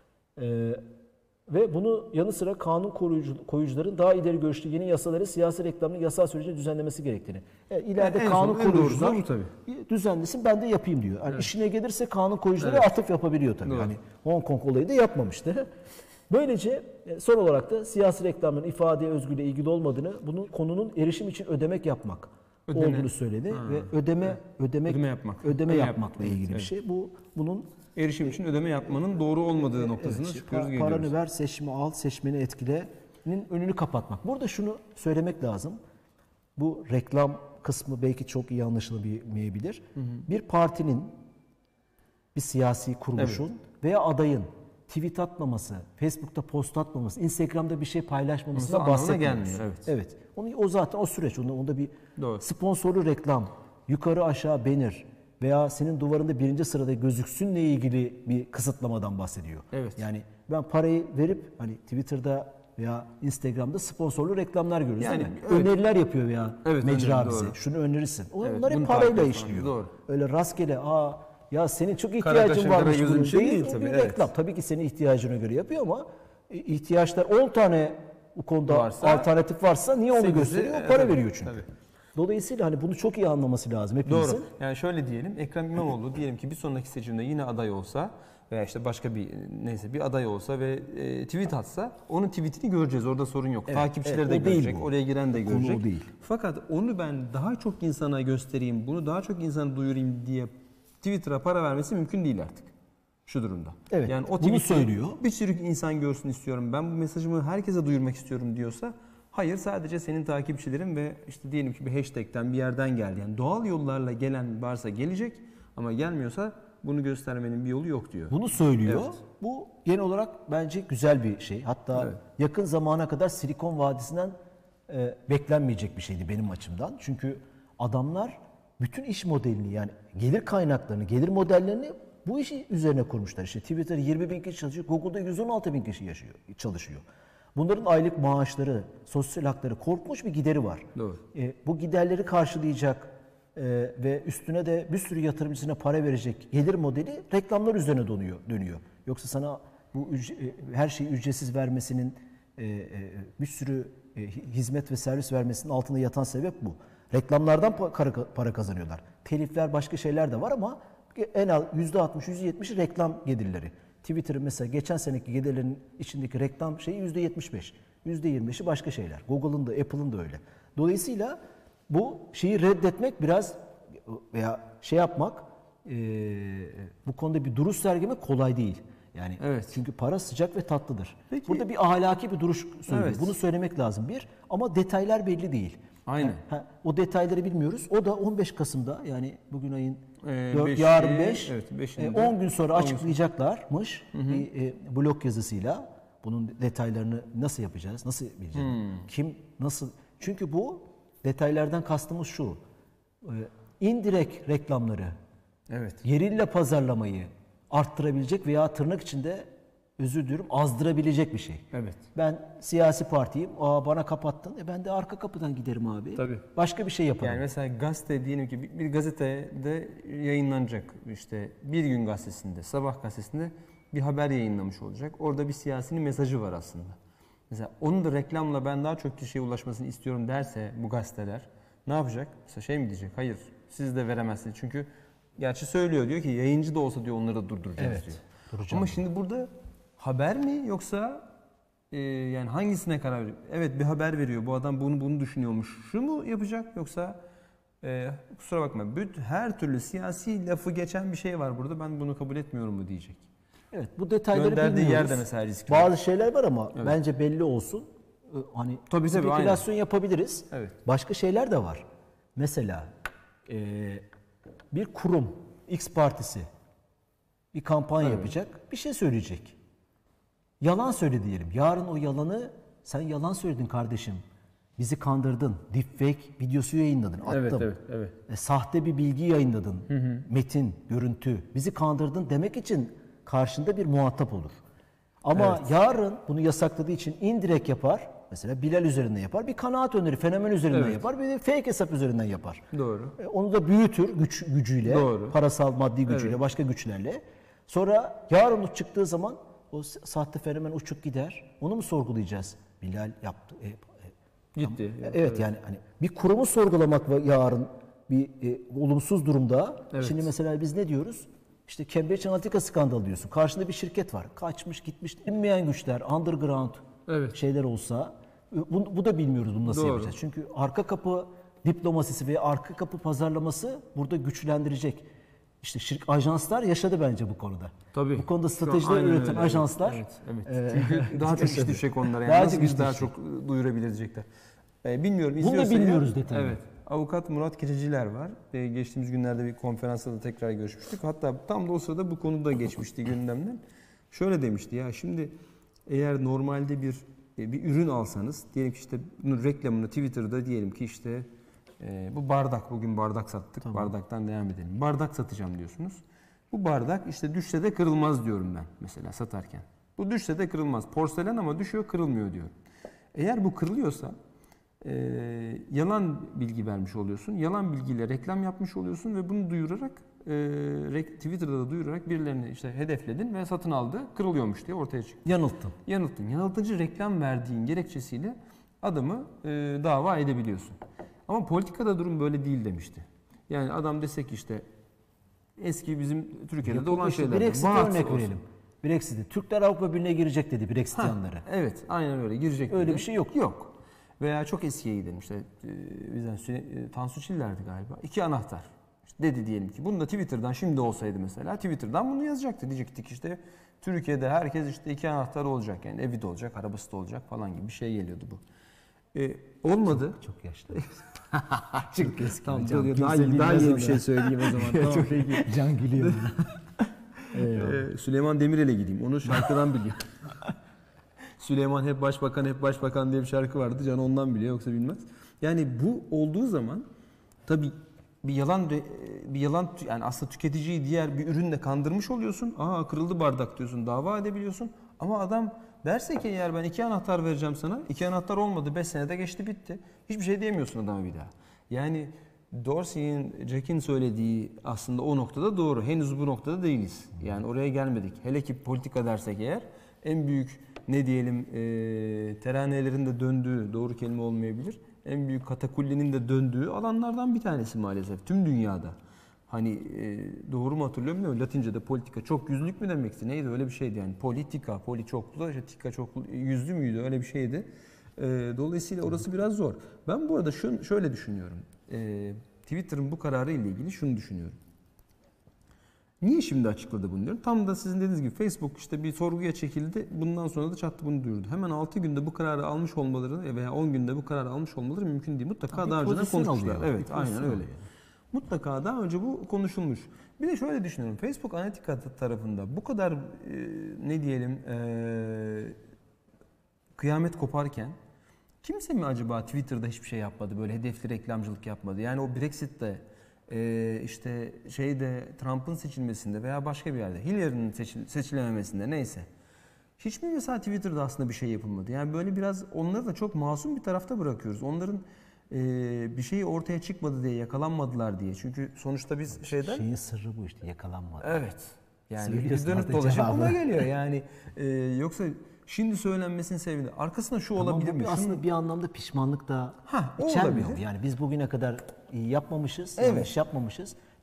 Ve bunu yanı sıra kanun koyucuların daha ileri görüşlü yeni yasaları siyasi reklamın yasal sürecini düzenlemesi gerektiğini. İleride
En
kanun
son, en
koyucular
doğrusu bu tabii.
düzenlesin ben de yapayım diyor. Yani işine gelirse kanun koyucuları atıf yapabiliyor tabii.
Doğru.
Hani Hong Kong olayı da yapmamıştı. Böylece son olarak da siyasi reklamların ifade özgürlüğüyle ilgili olmadığını, bunun konunun erişim için ödemek yapmak olduğunu söyledi ve ödeme yapmakla ilgili bir şey. Bunun
Erişim için ödeme yapmanın doğru olmadığı noktasına çıkıyoruz, geliyoruz.
paranı ver, seçimi al, seçmeni etkilenin önünü kapatmak. Burada şunu söylemek lazım. Bu reklam kısmı belki çok iyi anlaşılamayabilir. Bir partinin, bir siyasi kuruluşun veya adayın tweet atmaması, Facebook'ta post atmaması, Instagram'da bir şey paylaşmamasından
anlamına
bahsetmiyoruz.
gelmiyor,
Evet. O zaten o süreç. Onda bir
Doğru.
sponsorlu reklam, yukarı aşağı banner veya senin duvarında birinci sırada gözüksünle ilgili bir kısıtlamadan bahsediyor.
Evet.
Yani ben parayı verip hani Twitter'da veya Instagram'da sponsorlu reklamlar görüyoruz
Yani,
değil mi?
evet.
Öneriler yapıyor veya mecra
öneri,
bize.
doğru.
Şunu önerirsin. Onlar
bunu
hep parayla
takip
işliyor.
etmemiz, doğru.
Öyle rastgele ya senin çok
Kara
ihtiyacın
kaşın,
varmış
kara gözün
bunun
için
değil.
değil
O
tabii,
bir
evet.
reklam. Tabii ki senin ihtiyacına göre yapıyor ama ihtiyaçlar 10 tane bu konuda
Varsa,
alternatif varsa niye onu
8'i,
gösteriyor? Para
evet,
veriyor çünkü.
tabii.
Dolayısıyla hani bunu çok iyi anlaması lazım hepimizin.
Doğru. Yani şöyle diyelim, Ekrem İmamoğlu diyelim ki bir sonraki seçimde yine aday olsa veya işte başka bir aday olsa ve tweet atsa onun tweetini göreceğiz. Orada sorun yok. Takipçileri de
o değil
görecek,
bu.
oraya giren de
Konu
görecek.
o değil.
Fakat onu ben daha çok insana göstereyim, bunu daha çok insana duyurayım diye Twitter'a para vermesi mümkün değil artık şu durumda.
Evet,
Yani o
bunu
tweet'i
söylüyor.
bir sürü insan görsün istiyorum. Ben bu mesajımı herkese duyurmak istiyorum diyorsa hayır, sadece senin takipçilerin ve işte diyelim ki bir hashtag'ten bir yerden geldi. Yani doğal yollarla gelen varsa gelecek ama gelmiyorsa bunu göstermenin bir yolu yok diyor.
Bunu söylüyor.
Evet.
Bu genel olarak bence güzel bir şey. Hatta yakın zamana kadar Silikon Vadisi'nden beklenmeyecek bir şeydi benim açımdan. Çünkü adamlar bütün iş modelini yani gelir kaynaklarını, gelir modellerini bu işi üzerine kurmuşlar. İşte Twitter'da 20 bin kişi çalışıyor, Google'da 116 bin kişi çalışıyor. Bunların aylık maaşları, sosyal hakları, korkunç bir gideri var.
Doğru.
Bu giderleri karşılayacak ve üstüne de bir sürü yatırımcısına para verecek gelir modeli reklamlar üzerine dönüyor. Yoksa sana bu her şeyi ücretsiz vermesinin bir sürü hizmet ve servis vermesinin altında yatan sebep bu. Reklamlardan para kazanıyorlar. Telifler başka şeyler de var ama en az %60, %70'i reklam gelirleri. Twitter'ın mesela geçen seneki gelirlerin içindeki reklam şeyi %75. %25'i başka şeyler. Google'ın da Apple'ın da öyle. Dolayısıyla bu şeyi reddetmek biraz veya şey yapmak bu konuda bir duruş sergilemek kolay değil. Yani çünkü para sıcak ve tatlıdır.
Peki.
Burada bir ahlaki bir duruş söylüyor.
Evet.
Bunu söylemek lazım bir ama detaylar belli değil.
Aynen.
O detayları bilmiyoruz. O da 15 Kasım'da yani bugün ayın
5'i,
yarın 5,
evet,
10 gün sonra açıklayacaklarmış bir blog yazısıyla. Bunun detaylarını nasıl yapacağız, nasıl bileceğiz, kim, nasıl? Çünkü bu detaylardan kastımız şu, indirekt reklamları, yerille pazarlamayı arttırabilecek veya tırnak içinde özür diliyorum azdırabilecek bir şey.
Evet.
Ben siyasi partiyim, bana kapattın, ben de arka kapıdan giderim abi.
Tabii.
Başka bir şey yaparım.
Yani mesela gazete diyelim ki bir gazetede yayınlanacak işte Bir Gün Gazetesi'nde, Sabah Gazetesi'nde bir haber yayınlamış olacak. Orada bir siyasinin mesajı var aslında. Mesela onun da reklamla ben daha çok kişiye ulaşmasını istiyorum derse bu gazeteler ne yapacak? Mesela şey mi diyecek? Hayır, siz de veremezsiniz. Çünkü gerçi söylüyor, diyor ki yayıncı da olsa diyor onları da durduracağız
Evet,
diyor.
duracağım.
Ama şimdi burada haber mi yoksa yani hangisine karar veriyor? Evet, bir haber veriyor. Bu adam bunu düşünüyormuş. Şu mu yapacak yoksa kusura bakma, her türlü siyasi lafı geçen bir şey var burada. Ben bunu kabul etmiyorum mu diyecek.
Evet, bu detayları
Gönderdiği
bilmiyoruz.
yerde mesela riskli.
Bazı şeyler var ama
Evet.
bence belli olsun. Hani
Tabii,
spekülasyon yapabiliriz.
Evet.
Başka şeyler de var. Mesela bir kurum, X partisi bir kampanya yapacak, bir şey söyleyecek. Yalan söyle diyelim. Yarın o yalanı, sen yalan söyledin kardeşim, bizi kandırdın, deepfake videosu yayınladın, attım.
Evet.
Sahte bir bilgi yayınladın, metin, görüntü, bizi kandırdın demek için karşında bir muhatap olur. Ama yarın bunu yasakladığı için indirekt yapar. Mesela Bilal üzerinden yapar, bir kanaat öneri, fenomen üzerinden yapar, bir de fake hesap üzerinden yapar.
Doğru.
Onu da büyütür gücüyle,
Doğru.
parasal, maddi gücüyle, başka güçlerle. Sonra yarın o çıktığı zaman o sahte fenomen uçup gider. Onu mu sorgulayacağız? Bilal yaptı.
Gitti.
Evet, yani hani bir kurumu sorgulamak ve yarın bir olumsuz durumda.
Evet.
Şimdi mesela biz ne diyoruz? İşte Cambridge Analytica skandalı diyorsun. Karşında bir şirket var. Kaçmış gitmiş, bilinmeyen güçler, underground şeyler olsa. Bu da bilmiyoruz bunu nasıl yapacağız. Çünkü arka kapı diplomasisi ve arka kapı pazarlaması burada güçlendirecek. İşte ajanslar yaşadı bence bu konuda.
Tabii.
Bu konuda stratejiler üreten ajanslar.
Evet. Çünkü daha çok iş düşecek onlara. Yani
Daha
nasıl
çok
biz
iş
daha
düşecek.
çok duyurabilecekler. Bilmiyorum.
Bunu da
izliyorsa
bilmiyoruz
eğer-
detayını.
Evet. Avukat Murat Keçeciler var. Geçtiğimiz günlerde bir konferansta da tekrar görüşmüştük. Hatta tam da o sırada bu konu da geçmişti gündemden. Şöyle demişti, ya şimdi eğer normalde bir ürün alsanız, diyelim ki işte bunun reklamını Twitter'da diyelim ki işte bu bardak, bugün bardak sattık.
Tamam.
Bardaktan devam edelim. Bardak satacağım diyorsunuz. Bu bardak işte düşse de kırılmaz diyorum ben mesela satarken. Bu düşse de kırılmaz. Porselen ama düşüyor, kırılmıyor diyorum. Eğer bu kırılıyorsa yalan bilgi vermiş oluyorsun. Yalan bilgiyle reklam yapmış oluyorsun ve bunu duyurarak Twitter'da da duyurarak birilerini işte hedefledin ve satın aldı, kırılıyormuş diye ortaya çıktı.
Yanılttın.
Yanılttın. Yanıltıcı reklam verdiğin gerekçesiyle adamı dava edebiliyorsun. Ama politikada durum böyle değil demişti. Yani adam desek işte eski bizim Türkiye'de de olan şeyler.
Brexit'e örnek verelim. Brexit'e. Türkler Avrupa Birliği'ne girecek dedi Brexit yanları.
Evet, aynen öyle girecek.
Öyle
dedi.
bir şey yok.
Yok. Veya çok eskiye gidelim işte bizden Tansu Çiller'di galiba. 2 anahtar. İşte dedi diyelim ki bunu da Twitter'dan şimdi olsaydı mesela Twitter'dan bunu yazacaktı. Diyecektik işte Türkiye'de herkes işte 2 anahtar olacak. Yani evi de olacak, arabası da olacak falan gibi bir şey geliyordu bu. Olmadı.
Çok yaşlı.
Çok eski. Tamam,
Can,
daha
kimse
iyi
bilmez
bir şey söyleyeyim o zaman. Tamam.
Çok iyi. Can gülüyor.
Süleyman Demirel'e gideyim. Onu şarkıdan biliyorum. Süleyman hep başbakan diye bir şarkı vardı. Can ondan biliyor, yoksa bilmez. Yani bu olduğu zaman tabii bir yalan yani aslında tüketiciyi diğer bir ürünle kandırmış oluyorsun. Aa, kırıldı bardak diyorsun, dava edebiliyorsun. Ama adam derse ki eğer ben 2 anahtar vereceğim sana, 2 anahtar olmadı, 5 senede geçti bitti. Hiçbir şey diyemiyorsun adama bir daha. Yani Dorsey'in, Jack'in söylediği aslında o noktada doğru. Henüz bu noktada değiliz. Yani oraya gelmedik. Hele ki politika dersek eğer en büyük ne diyelim teranelerin de döndüğü, doğru kelime olmayabilir, en büyük katakullinin de döndüğü alanlardan bir tanesi maalesef tüm dünyada. Hani doğru mu hatırlıyorum bilmiyorum. Latince'de politika çok yüzlük mü demekti? Neydi? Öyle bir şeydi yani. Politika, poli çoklu, işte tika çoklu, yüzlü müydü? Öyle bir şeydi. Dolayısıyla orası biraz zor. Ben bu arada şöyle düşünüyorum. Twitter'ın bu kararı ile ilgili şunu düşünüyorum. Niye şimdi açıkladı bunu diyorum. Tam da sizin dediğiniz gibi Facebook işte bir sorguya çekildi. Bundan sonra da çattı bunu duyurdu. Hemen 6 günde bu kararı almış olmaları veya 10 günde bu kararı almış olmaları mümkün değil. Mutlaka daha önceden konuşmuşlar. Evet, aynen öyle. Mutlaka daha önce bu konuşulmuş. Bir de şöyle düşünüyorum. Facebook Analitika tarafında bu kadar ne diyelim kıyamet koparken kimse mi acaba Twitter'da hiçbir şey yapmadı? Böyle hedefli reklamcılık yapmadı. Yani o Brexit'te işte Trump'ın seçilmesinde veya başka bir yerde Hillary'nin seçilememesinde neyse. Hiç mi mesela Twitter'da aslında bir şey yapılmadı? Yani böyle biraz onları da çok masum bir tarafta bırakıyoruz. Onların bir şeyi ortaya çıkmadı diye, yakalanmadılar diye. Çünkü sonuçta biz
Şeyin sırrı bu işte, yakalanmadı.
Evet. Yani
Söylüyorsun
dönüp
zaten
dolaşıp
cevabı.
buna geliyor. Yani yoksa şimdi söylenmesinin sebebi arkasında şu olabilir mi?
Aslında bir anlamda pişmanlık da
o
içermiyor.
olabilir.
Yani biz bugüne kadar iyi yapmamışız,
Evet.
yanlış yapmamışız.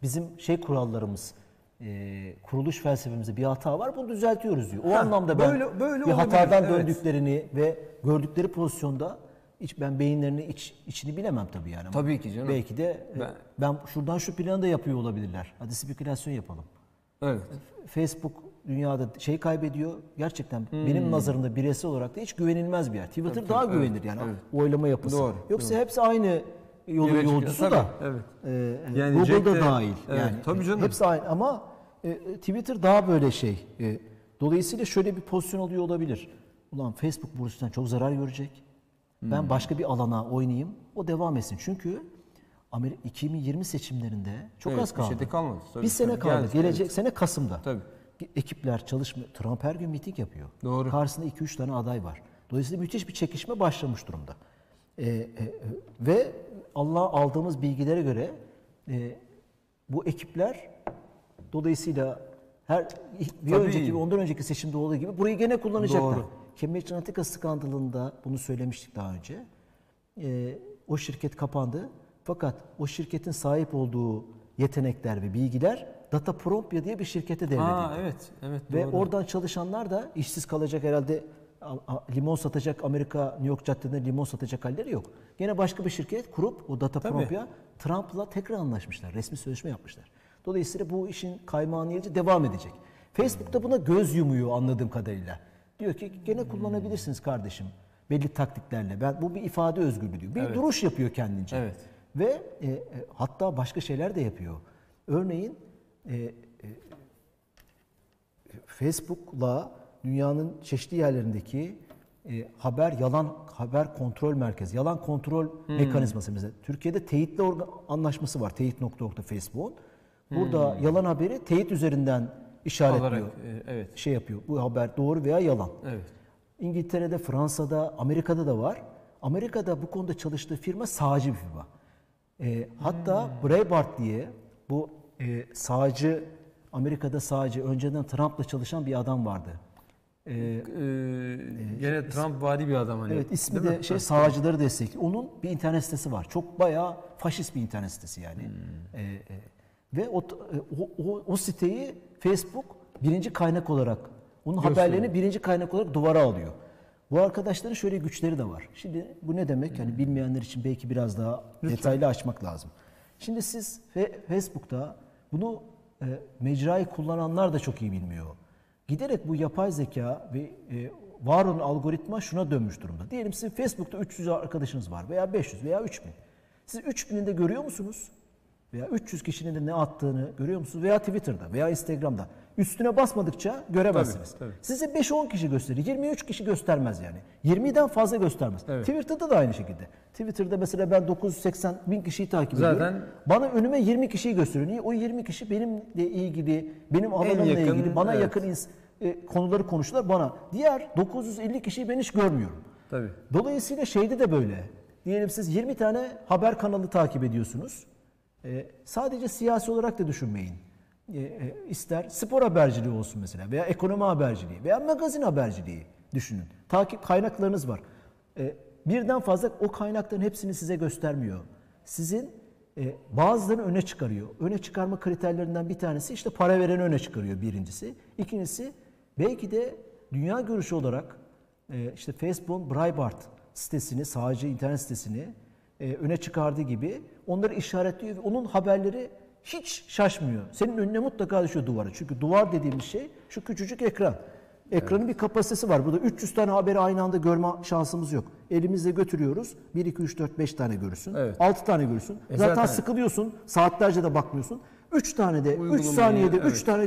bizim kurallarımız, kuruluş felsefemizde bir hata var, bunu düzeltiyoruz diyor. O anlamda ben
böyle
bir hatadan
olabilir,
döndüklerini ve gördükleri pozisyonda ben beyinlerini içini bilemem tabii yani. Ama
tabii ki canım.
belki de ben şuradan şu planı da yapıyor olabilirler. Hadi spekülasyon yapalım.
Evet.
Facebook dünyada kaybediyor. Gerçekten benim nazarımda bireysel olarak da hiç güvenilmez bir yer. Twitter daha güvenilir yani. Oylama yapısı.
Doğru,
Yoksa hepsi aynı yolcusu da.
Evet.
Yani Google'da dahil.
Evet,
Yani
tabii canım.
hepsi aynı ama Twitter daha böyle dolayısıyla şöyle bir pozisyon alıyor olabilir. Ulan Facebook bu yüzden çok zarar görecek. Ben başka bir alana oynayayım. O devam etsin. Çünkü 2020 seçimlerinde çok az kaldı.
Bir şey de kalmadı.
Bir sene kaldı. Gelecek sene Kasım'da.
Tabii.
Ekipler Trump her gün miting yapıyor.
Doğru.
Karşısında 2-3 tane aday var. Dolayısıyla müthiş bir çekişme başlamış durumda. Ve aldığımız bilgilere göre bu ekipler dolayısıyla önceki ve ondan önceki seçimde olduğu gibi burayı gene kullanacaklar.
Doğru.
Cambridge Analytica skandalında bunu söylemiştik daha önce. O şirket kapandı. Fakat o şirketin sahip olduğu yetenekler ve bilgiler Dataprompia diye bir şirkete devredildi.
Evet.
Ve
Doğru.
oradan çalışanlar da işsiz kalacak herhalde, limon satacak, New York caddelerinde limon satacak halleri yok. Gene başka bir şirket kurup o Dataprompia Trump'la tekrar anlaşmışlar. Resmi sözleşme yapmışlar. Dolayısıyla bu işin kaymağını yiyince devam edecek. Facebook da buna göz yumuyor anladığım kadarıyla. Diyor ki gene kullanabilirsiniz kardeşim belli taktiklerle. Bu bir ifade özgürlüğü diyor. Bir duruş yapıyor kendince.
Evet.
Ve hatta başka şeyler de yapıyor. Örneğin Facebook'la dünyanın çeşitli yerlerindeki yalan haber kontrol merkezi, yalan kontrol mekanizması mesela. Türkiye'de teyitli anlaşması var. Teyit.org'da Facebook'un. Burada yalan haberi teyit üzerinden işaretliyor. Yapıyor. Bu haber doğru veya yalan.
Evet.
İngiltere'de, Fransa'da, Amerika'da da var. Amerika'da bu konuda çalıştığı firma sağcı bir firma. Hatta Breitbart diye bu sağcı, Amerika'da sağcı, önceden Trump'la çalışan bir adam vardı.
Gene Trump-vari bir adam hani.
Evet, ismi de sağcıları destekliyor. Onun bir internet sitesi var. Çok bayağı faşist bir internet sitesi yani. Ve o siteyi Facebook birinci kaynak olarak, onun haberlerini birinci kaynak olarak duvara alıyor. Bu arkadaşların şöyle güçleri de var. Şimdi bu ne demek? Yani bilmeyenler için belki biraz daha detaylı açmak lazım. Şimdi siz Facebook'ta bunu mecrayı kullananlar da çok iyi bilmiyor. Giderek bu yapay zeka ve var olan algoritma şuna dönmüş durumda. Diyelim sizin Facebook'ta 300 arkadaşınız var veya 500 veya 3000. Siz 3000'i de görüyor musunuz? Veya 300 kişinin de ne attığını görüyor musunuz? Veya Twitter'da veya Instagram'da. Üstüne basmadıkça göremezsiniz.
Tabii.
Size 5-10 kişi gösterir. 23 kişi göstermez yani. 20'den fazla göstermez. Evet. Twitter'da da aynı şekilde. Twitter'da mesela ben 980 bin kişiyi takip ediyorum. Bana önüme 20 kişiyi gösteriyor. Niye? O 20 kişi benimle ilgili, benim alanımla ilgili, bana yakın konuları konuşuyorlar bana. Diğer 950 kişiyi ben hiç görmüyorum.
Tabii.
Dolayısıyla şeyde de böyle. Diyelim siz 20 tane haber kanalı takip ediyorsunuz. Sadece siyasi olarak da düşünmeyin. İster spor haberciliği olsun mesela veya ekonomi haberciliği veya magazin haberciliği düşünün. Takip kaynaklarınız var. Birden fazla o kaynakların hepsini size göstermiyor. Sizin bazılarını öne çıkarıyor. Öne çıkarma kriterlerinden bir tanesi işte para vereni öne çıkarıyor birincisi. İkincisi belki de dünya görüşü olarak işte Facebook'un Breitbart sitesini, sağcı internet sitesini öne çıkardığı gibi onları işaretliyor ve onun haberleri hiç şaşmıyor. Senin önüne mutlaka düşüyor duvara. Çünkü duvar dediğimiz şey şu küçücük ekran. Ekranın bir kapasitesi var. Burada 300 tane haberi aynı anda görme şansımız yok. Elimizle götürüyoruz. 1, 2, 3, 4, 5 tane görürsün. 6 tane görürsün. Zaten sıkılıyorsun. Saatlerce de bakmıyorsun. 3 tane de 3 saniyede 3 tane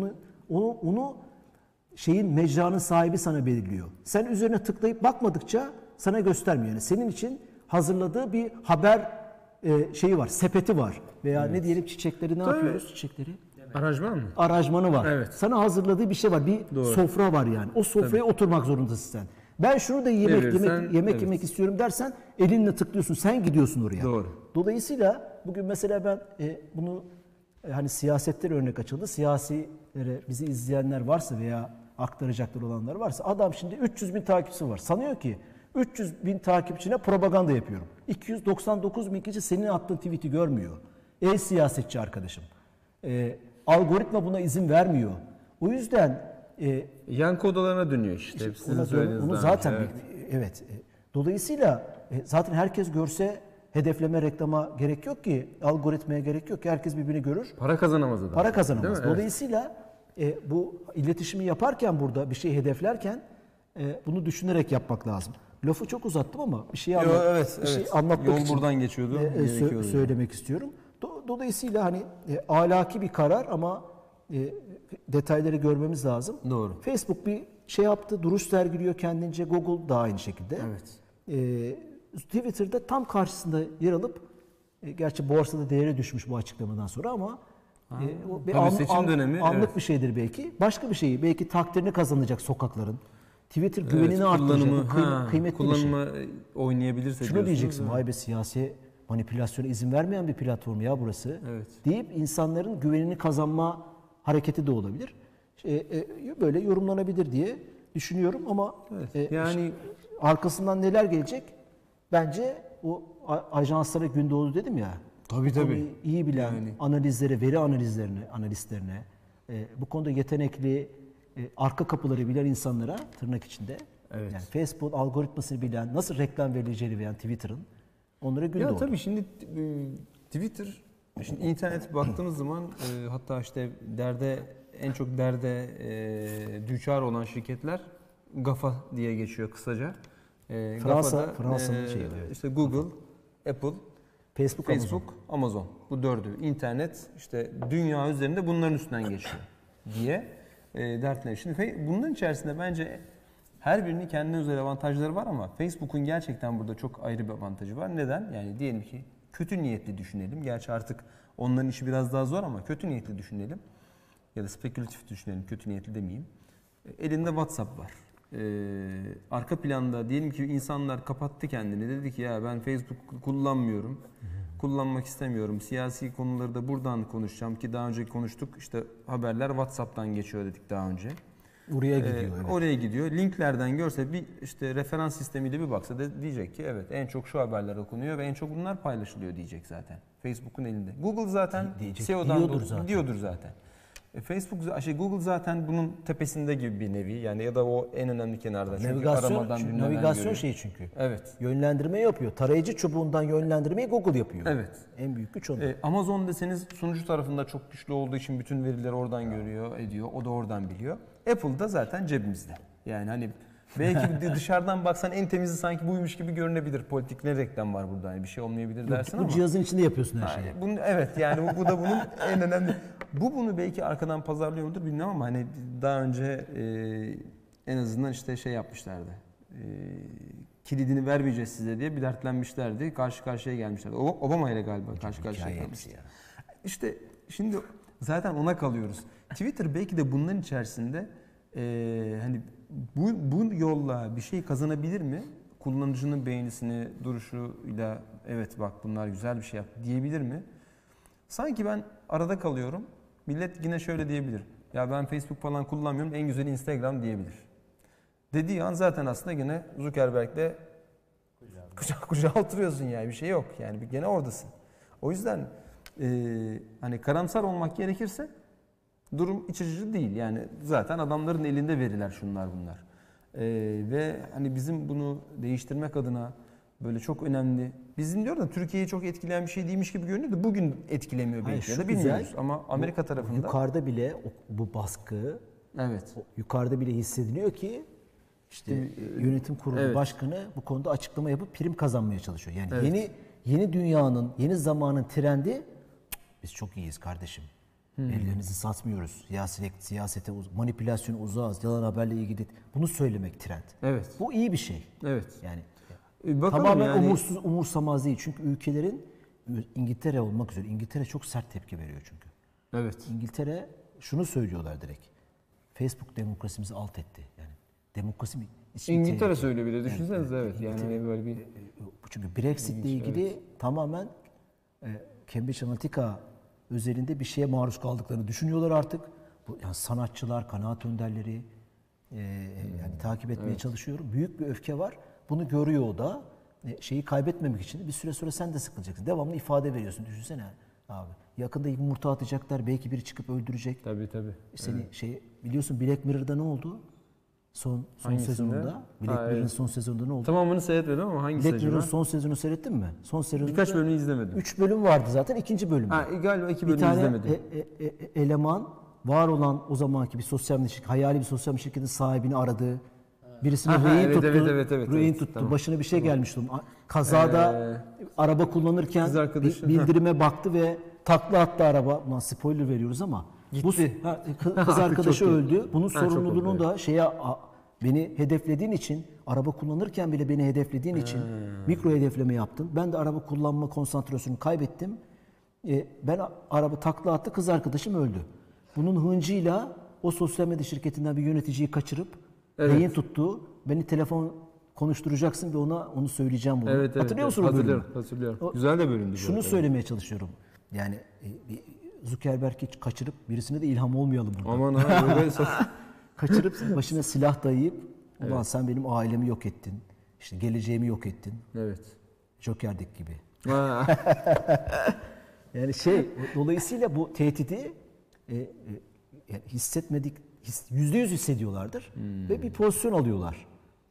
onu şeyin mecranın sahibi sana belirliyor. Sen üzerine tıklayıp bakmadıkça sana göstermiyor. Yani senin için hazırladığı bir haber şeyi var, sepeti var. Veya ne diyelim çiçekleri yapıyoruz? Çiçekleri.
Aranjman mı?
Aranjmanı var.
Evet.
Sana hazırladığı bir şey var. Bir sofra var yani. O sofraya oturmak zorundasın sen. Ben şunu da yemek yemek istiyorum dersen elinle tıklıyorsun. Sen gidiyorsun oraya.
Doğru.
Dolayısıyla bugün mesela ben bunu hani siyasetler örnek açıldı. Siyasilere bizi izleyenler varsa veya aktaracaklar olanlar varsa adam şimdi 300 bin takipçisi var. Sanıyor ki 300 bin takipçine propaganda yapıyorum. 299 bin kişi senin attığın tweet'i görmüyor. Ey siyasetçi arkadaşım. Algoritma buna izin vermiyor. O yüzden
yankı odalarına dönüyor işte. Hep sizin söylediğiniz
onu
daha
zaten
önce,
evet. Dolayısıyla zaten herkes görse hedefleme reklama gerek yok ki, algoritmaya gerek yok ki, herkes birbirini görür.
Para kazanamaz adam.
Para kazanamaz.
Değil mi?
Dolayısıyla bu iletişimi yaparken, burada bir şey hedeflerken bunu düşünerek yapmak lazım. Lafı çok uzattım ama bir şey anlatmak
Yol
için
buradan geçiyordu.
söylemek istiyorum. Dolayısıyla hani ahlaki bir karar ama detayları görmemiz lazım.
Doğru.
Facebook bir şey yaptı, duruş sergiliyor kendince. Google da aynı şekilde.
Evet.
Twitter'da tam karşısında yer alıp, gerçi borsada değeri düşmüş bu açıklamadan sonra ama o bir
seçim dönemi,
anlık bir şeydir belki. Başka bir şeyi, belki takdirini kazanacak sokakların. Twitter güvenini arttıracak. Kıymetli bir şey.
Kullanımı oynayabilirse
Şunu diyeceksin, vay be, siyasi manipülasyona izin vermeyen bir platform ya burası.
Evet.
Deyip insanların güvenini kazanma hareketi de olabilir. Böyle yorumlanabilir diye düşünüyorum ama
yani
arkasından neler gelecek? Bence o ajanslara Gündoğdu dedim ya.
Tabii.
İyi bilen analizlere, veri analistlerine, bu konuda yetenekli, arka kapıları bilen insanlara, tırnak içinde, yani Facebook algoritmasını bilen, nasıl reklam verileceğini bilen Twitter'ın, onlara Gündoğdu.
Ya tabii şimdi Twitter, şimdi internet baktığımız zaman hatta işte en çok derde düçar olan şirketler GAFA diye geçiyor kısaca.
Fransa'nın şeyi.
İşte Google, Apple,
Facebook,
Amazon. Bu dördü. İnternet işte dünya üzerinde bunların üstünden geçiyor diye dertler. Şimdi bunların içerisinde bence her birinin kendine özel avantajları var ama Facebook'un gerçekten burada çok ayrı bir avantajı var. Neden? Yani diyelim ki kötü niyetli düşünelim. Gerçi artık onların işi biraz daha zor ama kötü niyetli düşünelim. Ya da spekülatif düşünelim. Kötü niyetli demeyeyim. Elinde WhatsApp var. Arka planda diyelim ki insanlar kapattı kendini. Dedi ki ya ben Facebook kullanmıyorum. Kullanmak istemiyorum. Siyasi konuları da buradan konuşacağım ki daha önce konuştuk. İşte haberler WhatsApp'tan geçiyor dedik daha önce.
Oraya gidiyor. Evet.
Oraya gidiyor. Linklerden görse bir işte referans sistemiyle bir baksa da diyecek ki evet en çok şu haberler okunuyor ve en çok bunlar paylaşılıyor diyecek zaten. Facebook'un elinde. Google zaten SEO'dan diyordur zaten. Google zaten bunun tepesinde gibi bir nevi yani ya da o en önemli kenarda. Çünkü
navigasyon şeyi çünkü.
Evet.
Yönlendirme yapıyor. Tarayıcı çubuğundan yönlendirmeyi Google yapıyor.
Evet.
En büyük güç onun.
Amazon deseniz sunucu tarafında çok güçlü olduğu için bütün verileri oradan görüyor, ediyor. O da oradan biliyor. Apple da zaten cebimizde. Yani hani belki dışarıdan baksan en temizi sanki buymuş gibi görünebilir. Politik ne reklam var burada? Yani bir şey olmayabilir dersin ama.
Bu cihazın içinde yapıyorsun her şeyi.
Evet yani bu da bunun en önemli. Bunu belki arkadan pazarlıyor mudur bilmem ama hani daha önce en azından işte şey yapmışlardı. Kilidini vermeyeceğiz size diye bir dertlenmişlerdi. Karşı karşıya gelmişlerdi. Obama ile galiba karşı karşıya gelmişti. İşte şimdi zaten ona kalıyoruz. Twitter belki de bunların içerisinde hani bu yolla bir şey kazanabilir mi? Kullanıcının beğenisini, duruşuyla evet bak bunlar güzel bir şey yaptı diyebilir mi? Sanki ben arada kalıyorum. Millet yine şöyle diyebilir. Ya ben Facebook falan kullanmıyorum. En güzeli Instagram diyebilir. Dediği an zaten aslında yine Zuckerberg'le kucağa oturuyorsun yani bir şey yok. Yani gene oradasın. O yüzden hani karamsar olmak gerekirse durum iç açıcı değil. Yani zaten adamların elinde veriler şunlar bunlar. Ve hani bizim bunu değiştirmek adına böyle çok önemli. Bizim diyor da Türkiye'yi çok etkileyen bir şey değilmiş gibi görünüyor da bugün etkilemiyor belki ya da bilmiyoruz. Ama Amerika tarafında
yukarıda bile bu baskı yukarıda bile hissediliyor ki işte yönetim kurulu başkanı bu konuda açıklama yapıp prim kazanmaya çalışıyor. Yani yeni dünyanın, yeni zamanın trendi biz çok iyiyiz kardeşim. Ellerinizi satmıyoruz. Siyasete, manipülasyona uzağız. Yalan haberle ilgili bunu söylemek trend.
Evet.
Bu iyi bir şey.
Evet.
Yani
tamamen
yani, umursamaz değil. Çünkü ülkelerin İngiltere olmak üzere İngiltere çok sert tepki veriyor çünkü.
Evet.
İngiltere şunu söylüyorlar direkt. Facebook demokrasimizi alt etti. Yani demokrasi
İngiltere söylüyor bir de düşünsenize evet. Yani hani böyle bir
çünkü Brexit ile ilgili tamamen Cambridge Analytica özelinde bir şeye maruz kaldıklarını düşünüyorlar artık. Yani sanatçılar, kanaat önderleri yani takip etmeye çalışıyorum. Büyük bir öfke var. Bunu görüyor o da. Şeyi kaybetmemek için bir süre sonra sen de sıkılacaksın. Devamlı ifade veriyorsun. Düşünsene. Abi yakında yumurta atacaklar. Belki biri çıkıp öldürecek.
Tabii tabii.
Seni biliyorsun Black Mirror'da ne oldu? Son
Hangisinde?
sezonunda. Black Mirror'ın
evet.
son sezonunda ne oldu?
Tamamını seyretmedim ama hangisi
Black Mirror'ın
acaba?
son sezonunu seyrettin mi? Son sezonunda
Birkaç bölümü izlemedim.
3 bölüm vardı zaten. İkinci bölümde.
Galiba 2
Bir
bölüm
tane
izlemedim.
eleman var olan o zamanki bir sosyal media hayali bir sosyal media şirketin sahibini aradı. Birisini rehin tuttu. Rehin tuttu.
Tamam.
Başına bir şey gelmişti. Kazada araba kullanırken
kız arkadaşı,
bildirime baktı ve takla attı araba. Ulan spoiler veriyoruz ama
Gitti.
Kız arkadaşı
Çok iyi.
öldü. Bunun
çok
sorumluluğunu
oldu,
da beni hedeflediğin için, araba kullanırken bile beni hedeflediğin için mikro hedefleme yaptın. Ben de araba kullanma konsantrasyonunu kaybettim. Ben araba takla attı, kız arkadaşım öldü. Bunun hıncıyla o sosyal medya şirketinden bir yöneticiyi kaçırıp rehin tuttu. Beni telefon konuşturacaksın ve onu söyleyeceğim bunu.
Evet,
Hatırlıyor musun o bölümü?
Hatırlıyorum. Güzel de bölümdü bu.
Şunu söylemeye çalışıyorum. Yani Zuckerberg'i kaçırıp birisine de ilham olmayalım burada.
Aman abi.
Kaçırıp başına silah dayayıp ulan sen benim ailemi yok ettin. İşte geleceğimi yok ettin.
Evet.
Joker'deki gibi.
Ha.
Yani dolayısıyla bu tehdidi yani hissetmedik, %100 hissediyorlardır ve bir pozisyon alıyorlar.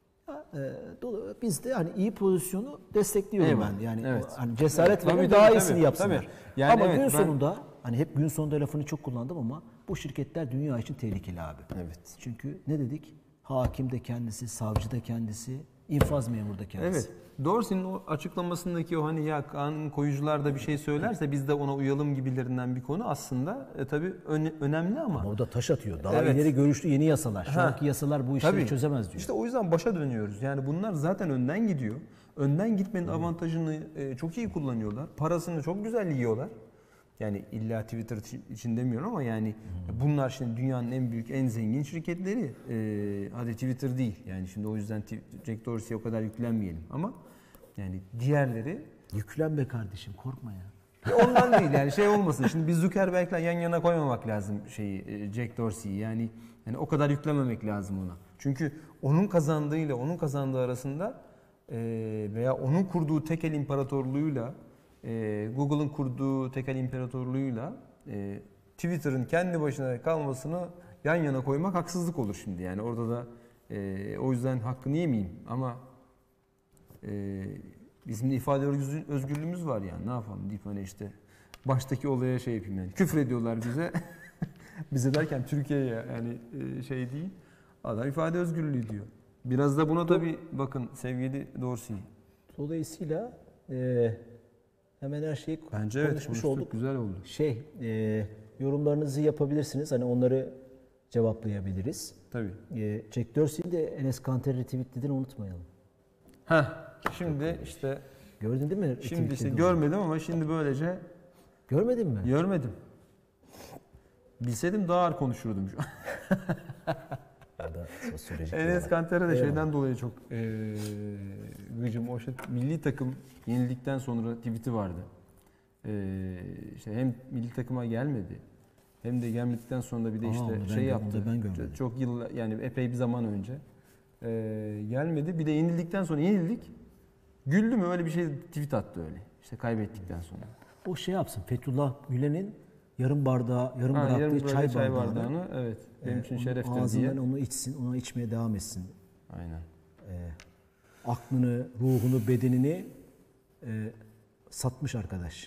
Biz de hani iyi pozisyonu destekliyorum
Eyvallah.
ben. Yani
Evet.
hani cesaret
Tabii,
verin
tabii,
daha
tabii.
iyisini yapsınlar.
Tabii. Yani
ama
evet,
gün
ben-
sonunda hani hep gün sonunda lafını çok kullandım ama bu şirketler dünya için tehlikeli abi.
Evet.
Çünkü ne dedik? Hakim de kendisi, savcı da kendisi, infaz memuru da kendisi.
Evet. Dorsey'nin o açıklamasındaki o hani ya kanun koyucular da bir şey söylerse biz de ona uyalım gibilerinden bir konu aslında tabii önemli ama.
O da taş atıyor. Daha
Evet.
ileri görüşlü yeni yasalar. Şu
Ha.
anki yasalar bu işleri
Tabii.
çözemez diyor.
İşte o yüzden başa dönüyoruz. Yani bunlar zaten önden gidiyor. Önden gitmenin avantajını çok iyi kullanıyorlar. Parasını çok güzel yiyorlar. Yani illa Twitter için demiyorum ama yani bunlar şimdi dünyanın en büyük, en zengin şirketleri. Hadi Twitter değil. Yani şimdi o yüzden Jack Dorsey'e o kadar yüklenmeyelim. Ama yani diğerleri
Yüklenme kardeşim, korkma ya.
ondan değil yani şey olmasın. Şimdi biz Zuckerberg'le yan yana koymamak lazım Jack Dorsey'i. Yani o kadar yüklememek lazım ona. Çünkü onun kazandığıyla onun kazandığı arasında veya onun kurduğu tekel imparatorluğuyla Google'ın kurduğu tekel imparatorluğuyla Twitter'ın kendi başına kalmasını yan yana koymak haksızlık olur şimdi. Yani orada da o yüzden hakkını yemeyeyim ama bizim de ifade özgürlüğümüz var yani ne yapalım deyip hani işte baştaki olaya şey yapayım yani küfür ediyorlar bize. Bize derken Türkiye'ye yani şey değil. Adam ifade özgürlüğü diyor. Biraz da buna tabii bakın sevgili Dorsey.
Dolayısıyla hemen her şeyi
Bence evet
konuşmuş
konuştuk,
olduk.
güzel oldu.
Yorumlarınızı yapabilirsiniz. Hani onları cevaplayabiliriz.
Tabii.
Jack Dorsey'in de Enes Kanter'i retweetlediğini unutmayalım.
Şimdi işte
Gördün değil mi?
şimdi işte
Retweetlediğini?
görmedim ama şimdi böylece
Görmedin mi?
görmedim. Bilseydim daha ağır konuşurdum şu an.
Ya da sosyolojik
Enes
olarak.
Kanter'e de
Eyvallah.
şeyden dolayı çok gıcım. O şey, milli takım yenildikten sonra tweet'i vardı. İşte hem milli takıma gelmedi hem de gelmedikten sonra bir de
Aa,
işte
onu ben
şey
gör-
yaptı.
onu da ben görmedim.
Çok yıl yani epey bir zaman önce gelmedi. Bir de yenildikten sonra yenildik. Güldü mü öyle bir şey tweet attı öyle. İşte kaybettikten sonra.
O şey yapsın. Fethullah Gülen'in yarım bıraktığı
yarım
çay bardağını
bardağını evet benim için
onun
şereftir diye.
ağzından onu içsin, ona içmeye devam etsin.
Aynen.
Aklını, ruhunu, bedenini satmış arkadaş.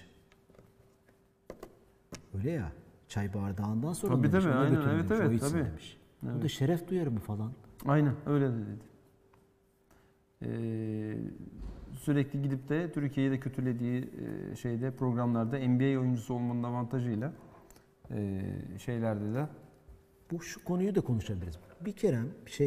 Öyle ya. Çay bardağından sonra
Tabii,
demiş,
tabii,
ona
aynen,
götürün
evet,
demiş,
evet,
o içsin
tabii.
demiş. Bu da şeref duyarı mı falan?
Aynen öyle de dedi. Sürekli gidip de Türkiye'yi de kötülediği şeyde programlarda NBA oyuncusu olmanın avantajıyla şeylerde de
Şu konuyu da konuşabiliriz. Bir kere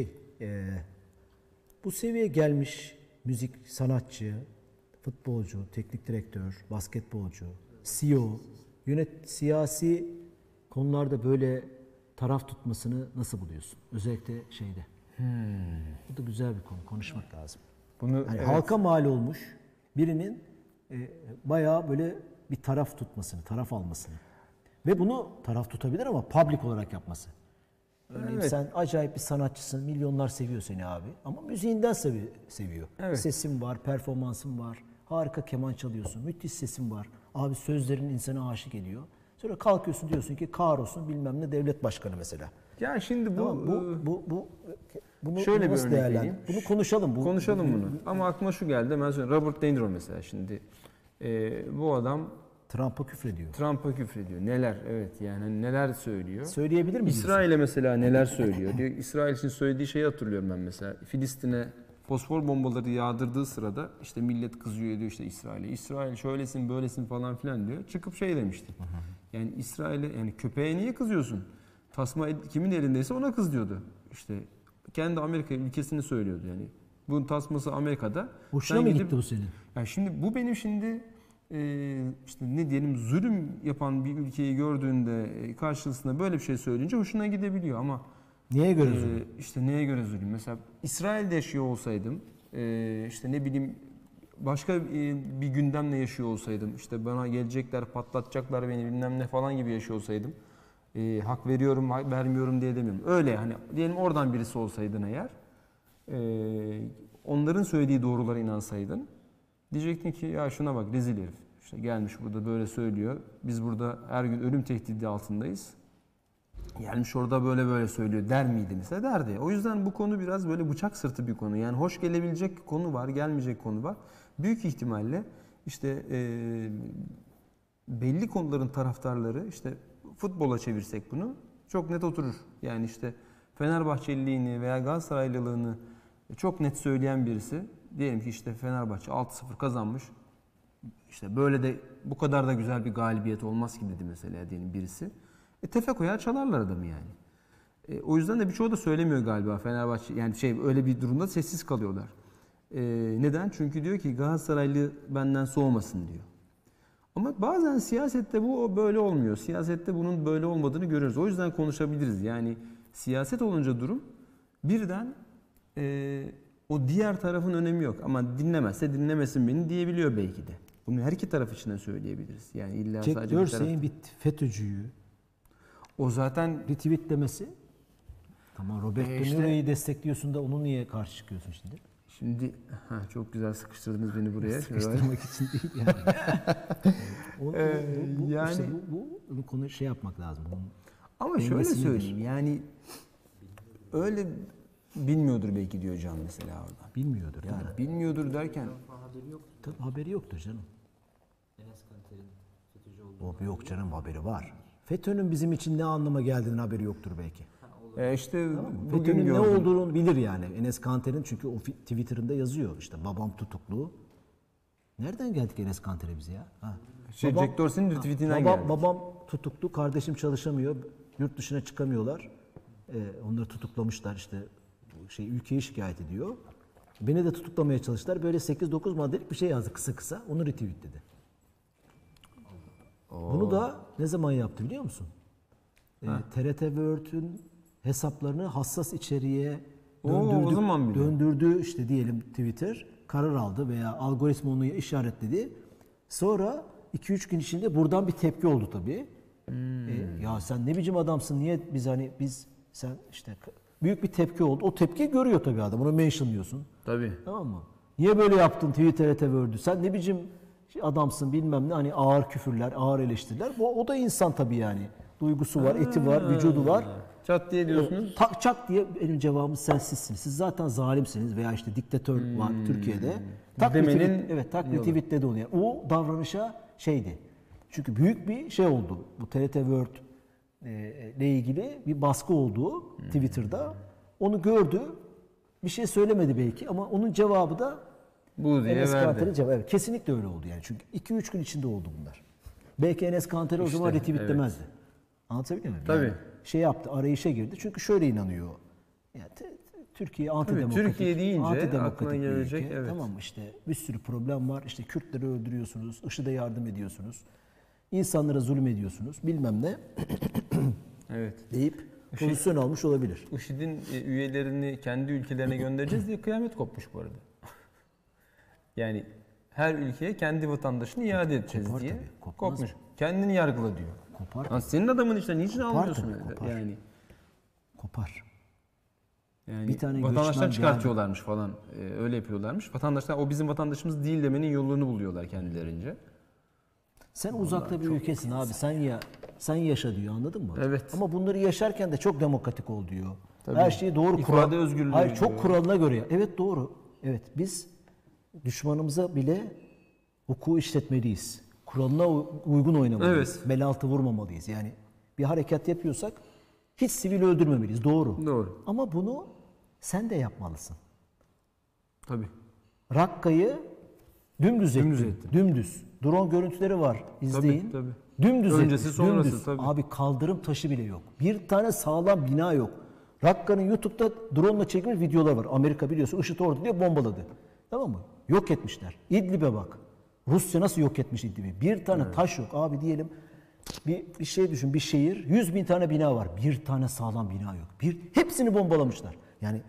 bu seviyeye gelmiş müzik sanatçı, futbolcu, teknik direktör, basketbolcu, CEO, siyasi konularda böyle taraf tutmasını nasıl buluyorsun? Özellikle şeyde. Bu da güzel bir konu. Konuşmak lazım.
bunu
Yani
evet,
halka mal olmuş birinin bayağı böyle bir taraf tutmasını, taraf almasını. Ve bunu taraf tutabilir ama public olarak yapması. Örneğin
Evet.
sen acayip bir sanatçısın, milyonlar seviyor seni abi. Ama müziğinden seviyor.
Evet.
Sesin var, performansın var. Harika keman çalıyorsun. Müthiş sesin var. Abi sözlerin insana aşık ediyor. Sonra kalkıyorsun diyorsun ki kahrolsun bilmem ne devlet başkanı mesela.
Ya şimdi
Tamam, bunu
şöyle bir
nasıl
örnek
değerlendir?
vereyim.
Bunu konuşalım.
Konuşalım bunu. Ama aklıma şu geldi. Ben söyleyeyim. Robert De Niro mesela şimdi. Bu adam
Trump'a küfrediyor.
Trump'a küfrediyor. Neler? Evet yani hani neler söylüyor.
Söyleyebilir miyiz?
İsrail'e mesela neler söylüyor. Diyor, İsrail için söylediği şeyi hatırlıyorum ben mesela. Filistin'e fosfor bombaları yağdırdığı sırada işte millet kızıyor diyor işte İsrail'e. İsrail şöylesin böylesin falan filan diyor. Çıkıp şey demişti. Yani İsrail'e yani köpeğe niye kızıyorsun? Tasma kimin elindeyse ona kız diyordu. İşte kendi Amerika ülkesini söylüyordu yani. Bunun tasması Amerika'da.
Hoşuna
Sen
mı
gidip-
gitti o senin?
Yani şimdi bu benim şimdi işte ne diyelim zulüm yapan bir ülkeyi gördüğünde karşısında böyle bir şey söyleyince hoşuna gidebiliyor ama
Neye göre zulüm?
işte neye göre zulüm? Mesela İsrail'de yaşıyor olsaydım işte ne bileyim başka bir gündemle yaşıyor olsaydım işte bana gelecekler patlatacaklar beni bilmem ne falan gibi yaşıyor olsaydım hak veriyorum hak vermiyorum diye demiyorum. Öyle hani diyelim oradan birisi olsaydın eğer onların söylediği doğrulara inansaydın diyecektin ki ya şuna bak rezil herif. İşte gelmiş burada böyle söylüyor. Biz burada her gün ölüm tehdidi altındayız. Gelmiş orada böyle böyle söylüyor der miydi mesela? Derdi. O yüzden bu konu biraz böyle bıçak sırtı bir konu. Yani hoş gelebilecek konu var, gelmeyecek konu var. Büyük ihtimalle işte belli konuların taraftarları işte futbola çevirsek bunu çok net oturur. Yani işte Fenerbahçeliliğini veya Galatasaraylılığını çok net söyleyen birisi diyelim ki işte Fenerbahçe 6-0 kazanmış. İşte böyle de bu kadar da güzel bir galibiyet olmaz ki dedi mesela diyelim birisi. Tefe koyar çalarlar adamı yani. O yüzden de birçoğu da söylemiyor galiba Fenerbahçe. Yani öyle bir durumda sessiz kalıyorlar. Neden? Çünkü diyor ki Galatasaraylı benden soğumasın diyor. Ama bazen siyasette bu böyle olmuyor. Siyasette bunun böyle olmadığını görüyoruz. O yüzden konuşabiliriz. Yani siyaset olunca durum birden o diğer tarafın önemi yok. Ama dinlemezse dinlemesin beni diyebiliyor belki de. Bunu her iki taraf için de söyleyebiliriz. Yani illa
Jack
sadece bir taraf.
Dorsey'in bir FETÖ'cüyü
O zaten
retweetlemesi. Tamam Robert De
işte-
Niro'yu destekliyorsun da onu niye karşı çıkıyorsun şimdi?
şimdi çok güzel sıkıştırdınız beni buraya.
Sıkıştırmak için değil yani.
Yani-
işte bu konu şey yapmak lazım. Bunun
Ama şöyle
dengesini
söyleyeyim yani öyle bilmiyordur belki diyor Can mesela orada.
bilmiyordur.
Yani
Yani.
bilmiyordur derken
Tabii haberi yoktur canım. O yok canım haberi var. FETÖ'nün bizim için ne anlama geldiğinin haberi yoktur belki.
işte bugün
FETÖ'nün ne
gördüm.
olduğunu bilir yani. Enes Kanter'in çünkü o Twitter'ında yazıyor işte babam tutuklu. Nereden geldik Enes Kanter'e biz ya? Ha.
Jack Dorsey'nin retweetinden geldi.
Babam tutuklu, kardeşim çalışamıyor, yurt dışına çıkamıyorlar. Onları tutuklamışlar işte ülkeyi şikayet ediyor. Beni de tutuklamaya çalıştılar. Böyle 8-9 maddelik bir şey yazdı kısa kısa. Onu retweetledi. Bunu da ne zaman yaptı biliyor musun? TRT World'ün hesaplarını hassas içeriğe
o zaman bile.
döndürdü işte diyelim Twitter. Karar aldı veya algoritma onu işaretledi. Sonra 2-3 gün içinde buradan bir tepki oldu tabii. Ya sen ne biçim adamsın niye sen işte büyük bir tepki oldu. O tepkiyi görüyor tabii adam. Onu mentionlıyorsun.
Tabii.
Tamam mı? Niye böyle yaptın TRT World'ü? Sen ne biçim adamsın bilmem ne hani ağır küfürler, ağır eleştiriler. O da insan tabii yani. Duygusu var, eti var, vücudu var.
Çat diye diyorsunuz.
Çak diye benim cevabım sensizsiniz. Siz zaten zalimsiniz veya işte diktatör var Türkiye'de.
Demenin
Retweetledi onu. Yani. O davranışa şeydi. Çünkü büyük bir şey oldu. Bu TRT World ile ilgili bir baskı oldu Twitter'da. Onu gördü. Bir şey söylemedi belki ama onun cevabı da
Bu diye
Enes
verdi.
Kanter'in cevabı. Evet, kesinlikle öyle oldu yani. Çünkü 2-3 gün içinde oldu bunlar. Belki Enes Kanter'i o
İşte,
zaman retweetlemezdi. Anlatabiliyor muyum?
Tabii.
Yani şey yaptı, arayışa girdi. Çünkü şöyle inanıyor. Yani Türkiye antidemokratik.
Türkiye deyince
antidemokratik
aklına
bir
gelecek,
ülke.
evet.
Tamam mı? İşte bir sürü problem var. İşte Kürtleri öldürüyorsunuz, IŞİD'e yardım ediyorsunuz. İnsanlara zulüm ediyorsunuz. Bilmem ne
Evet.
deyip pozisyon almış olabilir.
IŞİD'in üyelerini kendi ülkelerine göndereceğiz diye kıyamet kopmuş bu arada. Yani her ülkeye kendi vatandaşını iade edeceğiz
Kopar
diye
tabii, kopmaz
kopmuş. Kendini yargıla diyor.
Kopar.
Lan senin adamın işte niçin almıyorsun
tabii,
öyle?
kopar.
Yani
Kopar.
Yani
Bir tane
vatandaşlar
göçmen
çıkartıyorlarmış falan. Öyle yapıyorlarmış. Vatandaşlar o bizim vatandaşımız değil demenin yolunu buluyorlar kendilerince.
Sen uzakta bir ülkesin abi. Sen yaşa diyor, anladın mı?
Evet.
Ama bunları yaşarken de çok demokratik ol diyor.
Tabii.
Her şeyi doğru
İfade özgürlüğü
Hayır, çok
diyor.
kuralına göre. Evet, doğru. Evet, biz düşmanımıza bile hukuku işletmeliyiz. Kuralına uygun oynamalıyız.
Evet.
Bel altı vurmamalıyız. Yani bir harekat yapıyorsak hiç sivil öldürmemeliyiz. Doğru.
Doğru.
Ama bunu sen de yapmalısın.
Tabii.
Rakka'yı dümdüz
Dümdüz
ettin.
ettin.
Dümdüz. Drone görüntüleri var. İzleyin.
Tabii, tabii.
Dümdüz
Öncesi,
ettin.
sonrası,
Dümdüz.
tabii.
Abi kaldırım taşı bile yok. Bir tane sağlam bina yok. Rakka'nın YouTube'da drone ile çekilmiş videolar var. Amerika biliyorsun IŞİD ordu diye bombaladı. Tamam mı? Yok etmişler. İdlib'e bak. Rusya nasıl yok etmiş İdlib'i? Bir tane taş yok. Abi diyelim bir şey düşün. Bir şehir. 100.000 tane bina var. Bir tane sağlam bina yok. Hepsini bombalamışlar. Yani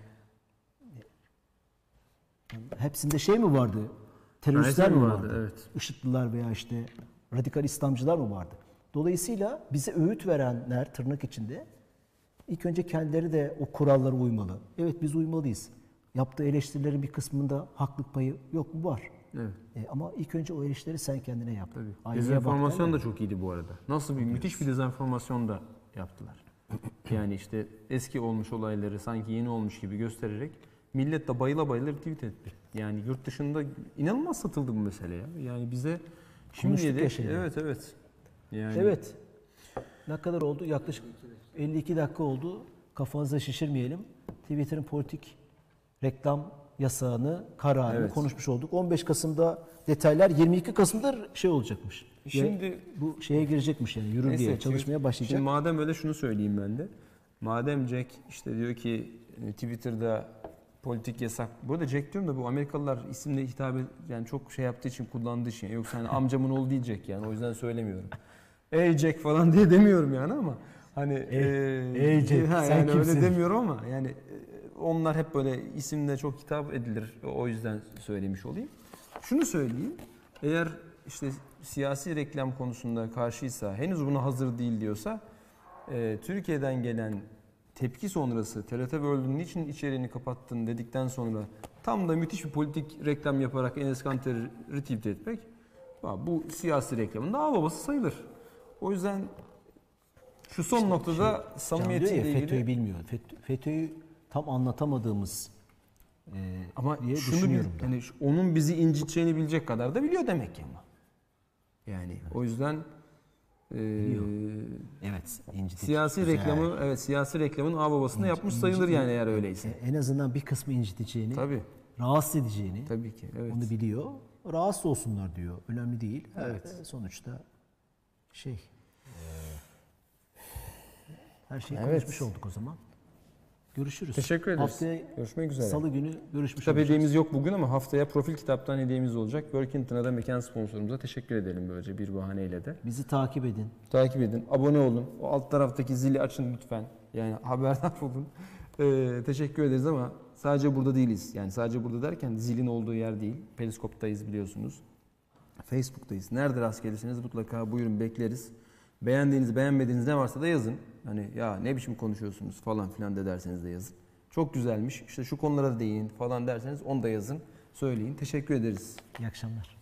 hepsinde şey mi vardı? Teröristler
Hepsi
mi
mi
vardı?
vardı? Evet.
IŞİD'liler veya işte radikal İslamcılar mı vardı? Dolayısıyla bize öğüt verenler tırnak içinde ilk önce kendileri de o kurallara uymalı. Evet, biz uymalıyız. Yaptığı eleştirilerin bir kısmında haklılık payı yok mu? Var.
Evet.
Ama ilk önce o eleştirileri sen kendine yap.
Tabii.
Aynaya
Dezenformasyon
bak
da
derler.
çok iyiydi bu arada. Nasıl bir müthiş bir dezenformasyon da yaptılar. Yani işte eski olmuş olayları sanki yeni olmuş gibi göstererek millet de bayıla bayıla retweet etti. Yani yurt dışında inanılmaz satıldı bu mesele ya. Yani bize
Konuştuk
şimdiye
ya
de
şeyi.
evet. Yani
Evet. Ne kadar oldu? Yaklaşık 52 dakika oldu. Kafanızda şişirmeyelim. Twitter'ın politik reklam yasağını, kararını
Evet.
konuşmuş olduk. 15 Kasım'da detaylar, 22 Kasım'da şey olacakmış.
Şimdi-
bu şeye girecekmiş, yani yürür diye çalışmaya başlayacak.
Şimdi madem öyle şunu söyleyeyim ben de. Madem Jack işte diyor ki Twitter'da politik yasak. Bu arada Jack diyorum da bu Amerikalılar isimle hitap yani çok şey yaptığı için, kullandığı için. Yoksa hani amcamın oğlu değil Jack, yani o yüzden söylemiyorum. Ey Jack falan diye demiyorum yani, ama hani
Ey Jack,
ha,
sen
yani
kimsin?
öyle demiyorum ama yani onlar hep böyle isimle çok hitap edilir. O yüzden söylemiş olayım. Şunu söyleyeyim. Eğer işte siyasi reklam konusunda karşıysa, henüz buna hazır değil diyorsa, Türkiye'den gelen tepki sonrası TRT World'un niçin içeriğini kapattın dedikten sonra tam da müthiş bir politik reklam yaparak Enes Kanter'i retweet etmek, bu siyasi reklamın da ağababası sayılır. O yüzden şu son noktada
Can diyor
samimiyetiyle
ya,
ilgili...
FETÖ'yü bilmiyor. FETÖ'yü tam anlatamadığımız
Ama
diye
şunu
düşünüyorum da.
hani onun bizi inciteceğini bilecek kadar da biliyor demek ki ama. Yani o yüzden
Evet, incitici.
siyasi
Güzel.
reklamı, siyasi reklamın ağababasını yapmış sayılır yani, eğer öyleyse.
En azından bir kısmı inciteceğini,
Tabii.
rahatsız edeceğini
Tabii ki. Evet.
onu biliyor. Rahatsız olsunlar diyor. Önemli değil.
Evet.
Sonuçta her şeyi
Evet.
konuşmuş olduk o zaman. Görüşürüz.
Teşekkür ederiz.
Haftaya
Görüşmek üzere.
Salı günü görüşmüş
Kitap
olacağız.
hediyemiz yok bugün ama haftaya Profil Kitap'tan hediyemiz olacak. Workington'a da mekan sponsorumuza teşekkür edelim böylece bir bahaneyle de.
Bizi takip edin.
Takip edin, abone olun. O alt taraftaki zili açın lütfen. Yani haberdar olun. Teşekkür ederiz ama sadece burada değiliz. Yani sadece burada derken zilin olduğu yer değil. Periskop'tayız biliyorsunuz. Facebook'tayız. Nerede rast gelirseniz mutlaka buyurun, bekleriz. Beğendiğiniz, beğenmediğiniz ne varsa da yazın. Hani ya ne biçim konuşuyorsunuz falan filan de derseniz de yazın. Çok güzelmiş, İşte şu konulara da değin falan derseniz onu da yazın. Söyleyin. Teşekkür ederiz.
İyi akşamlar.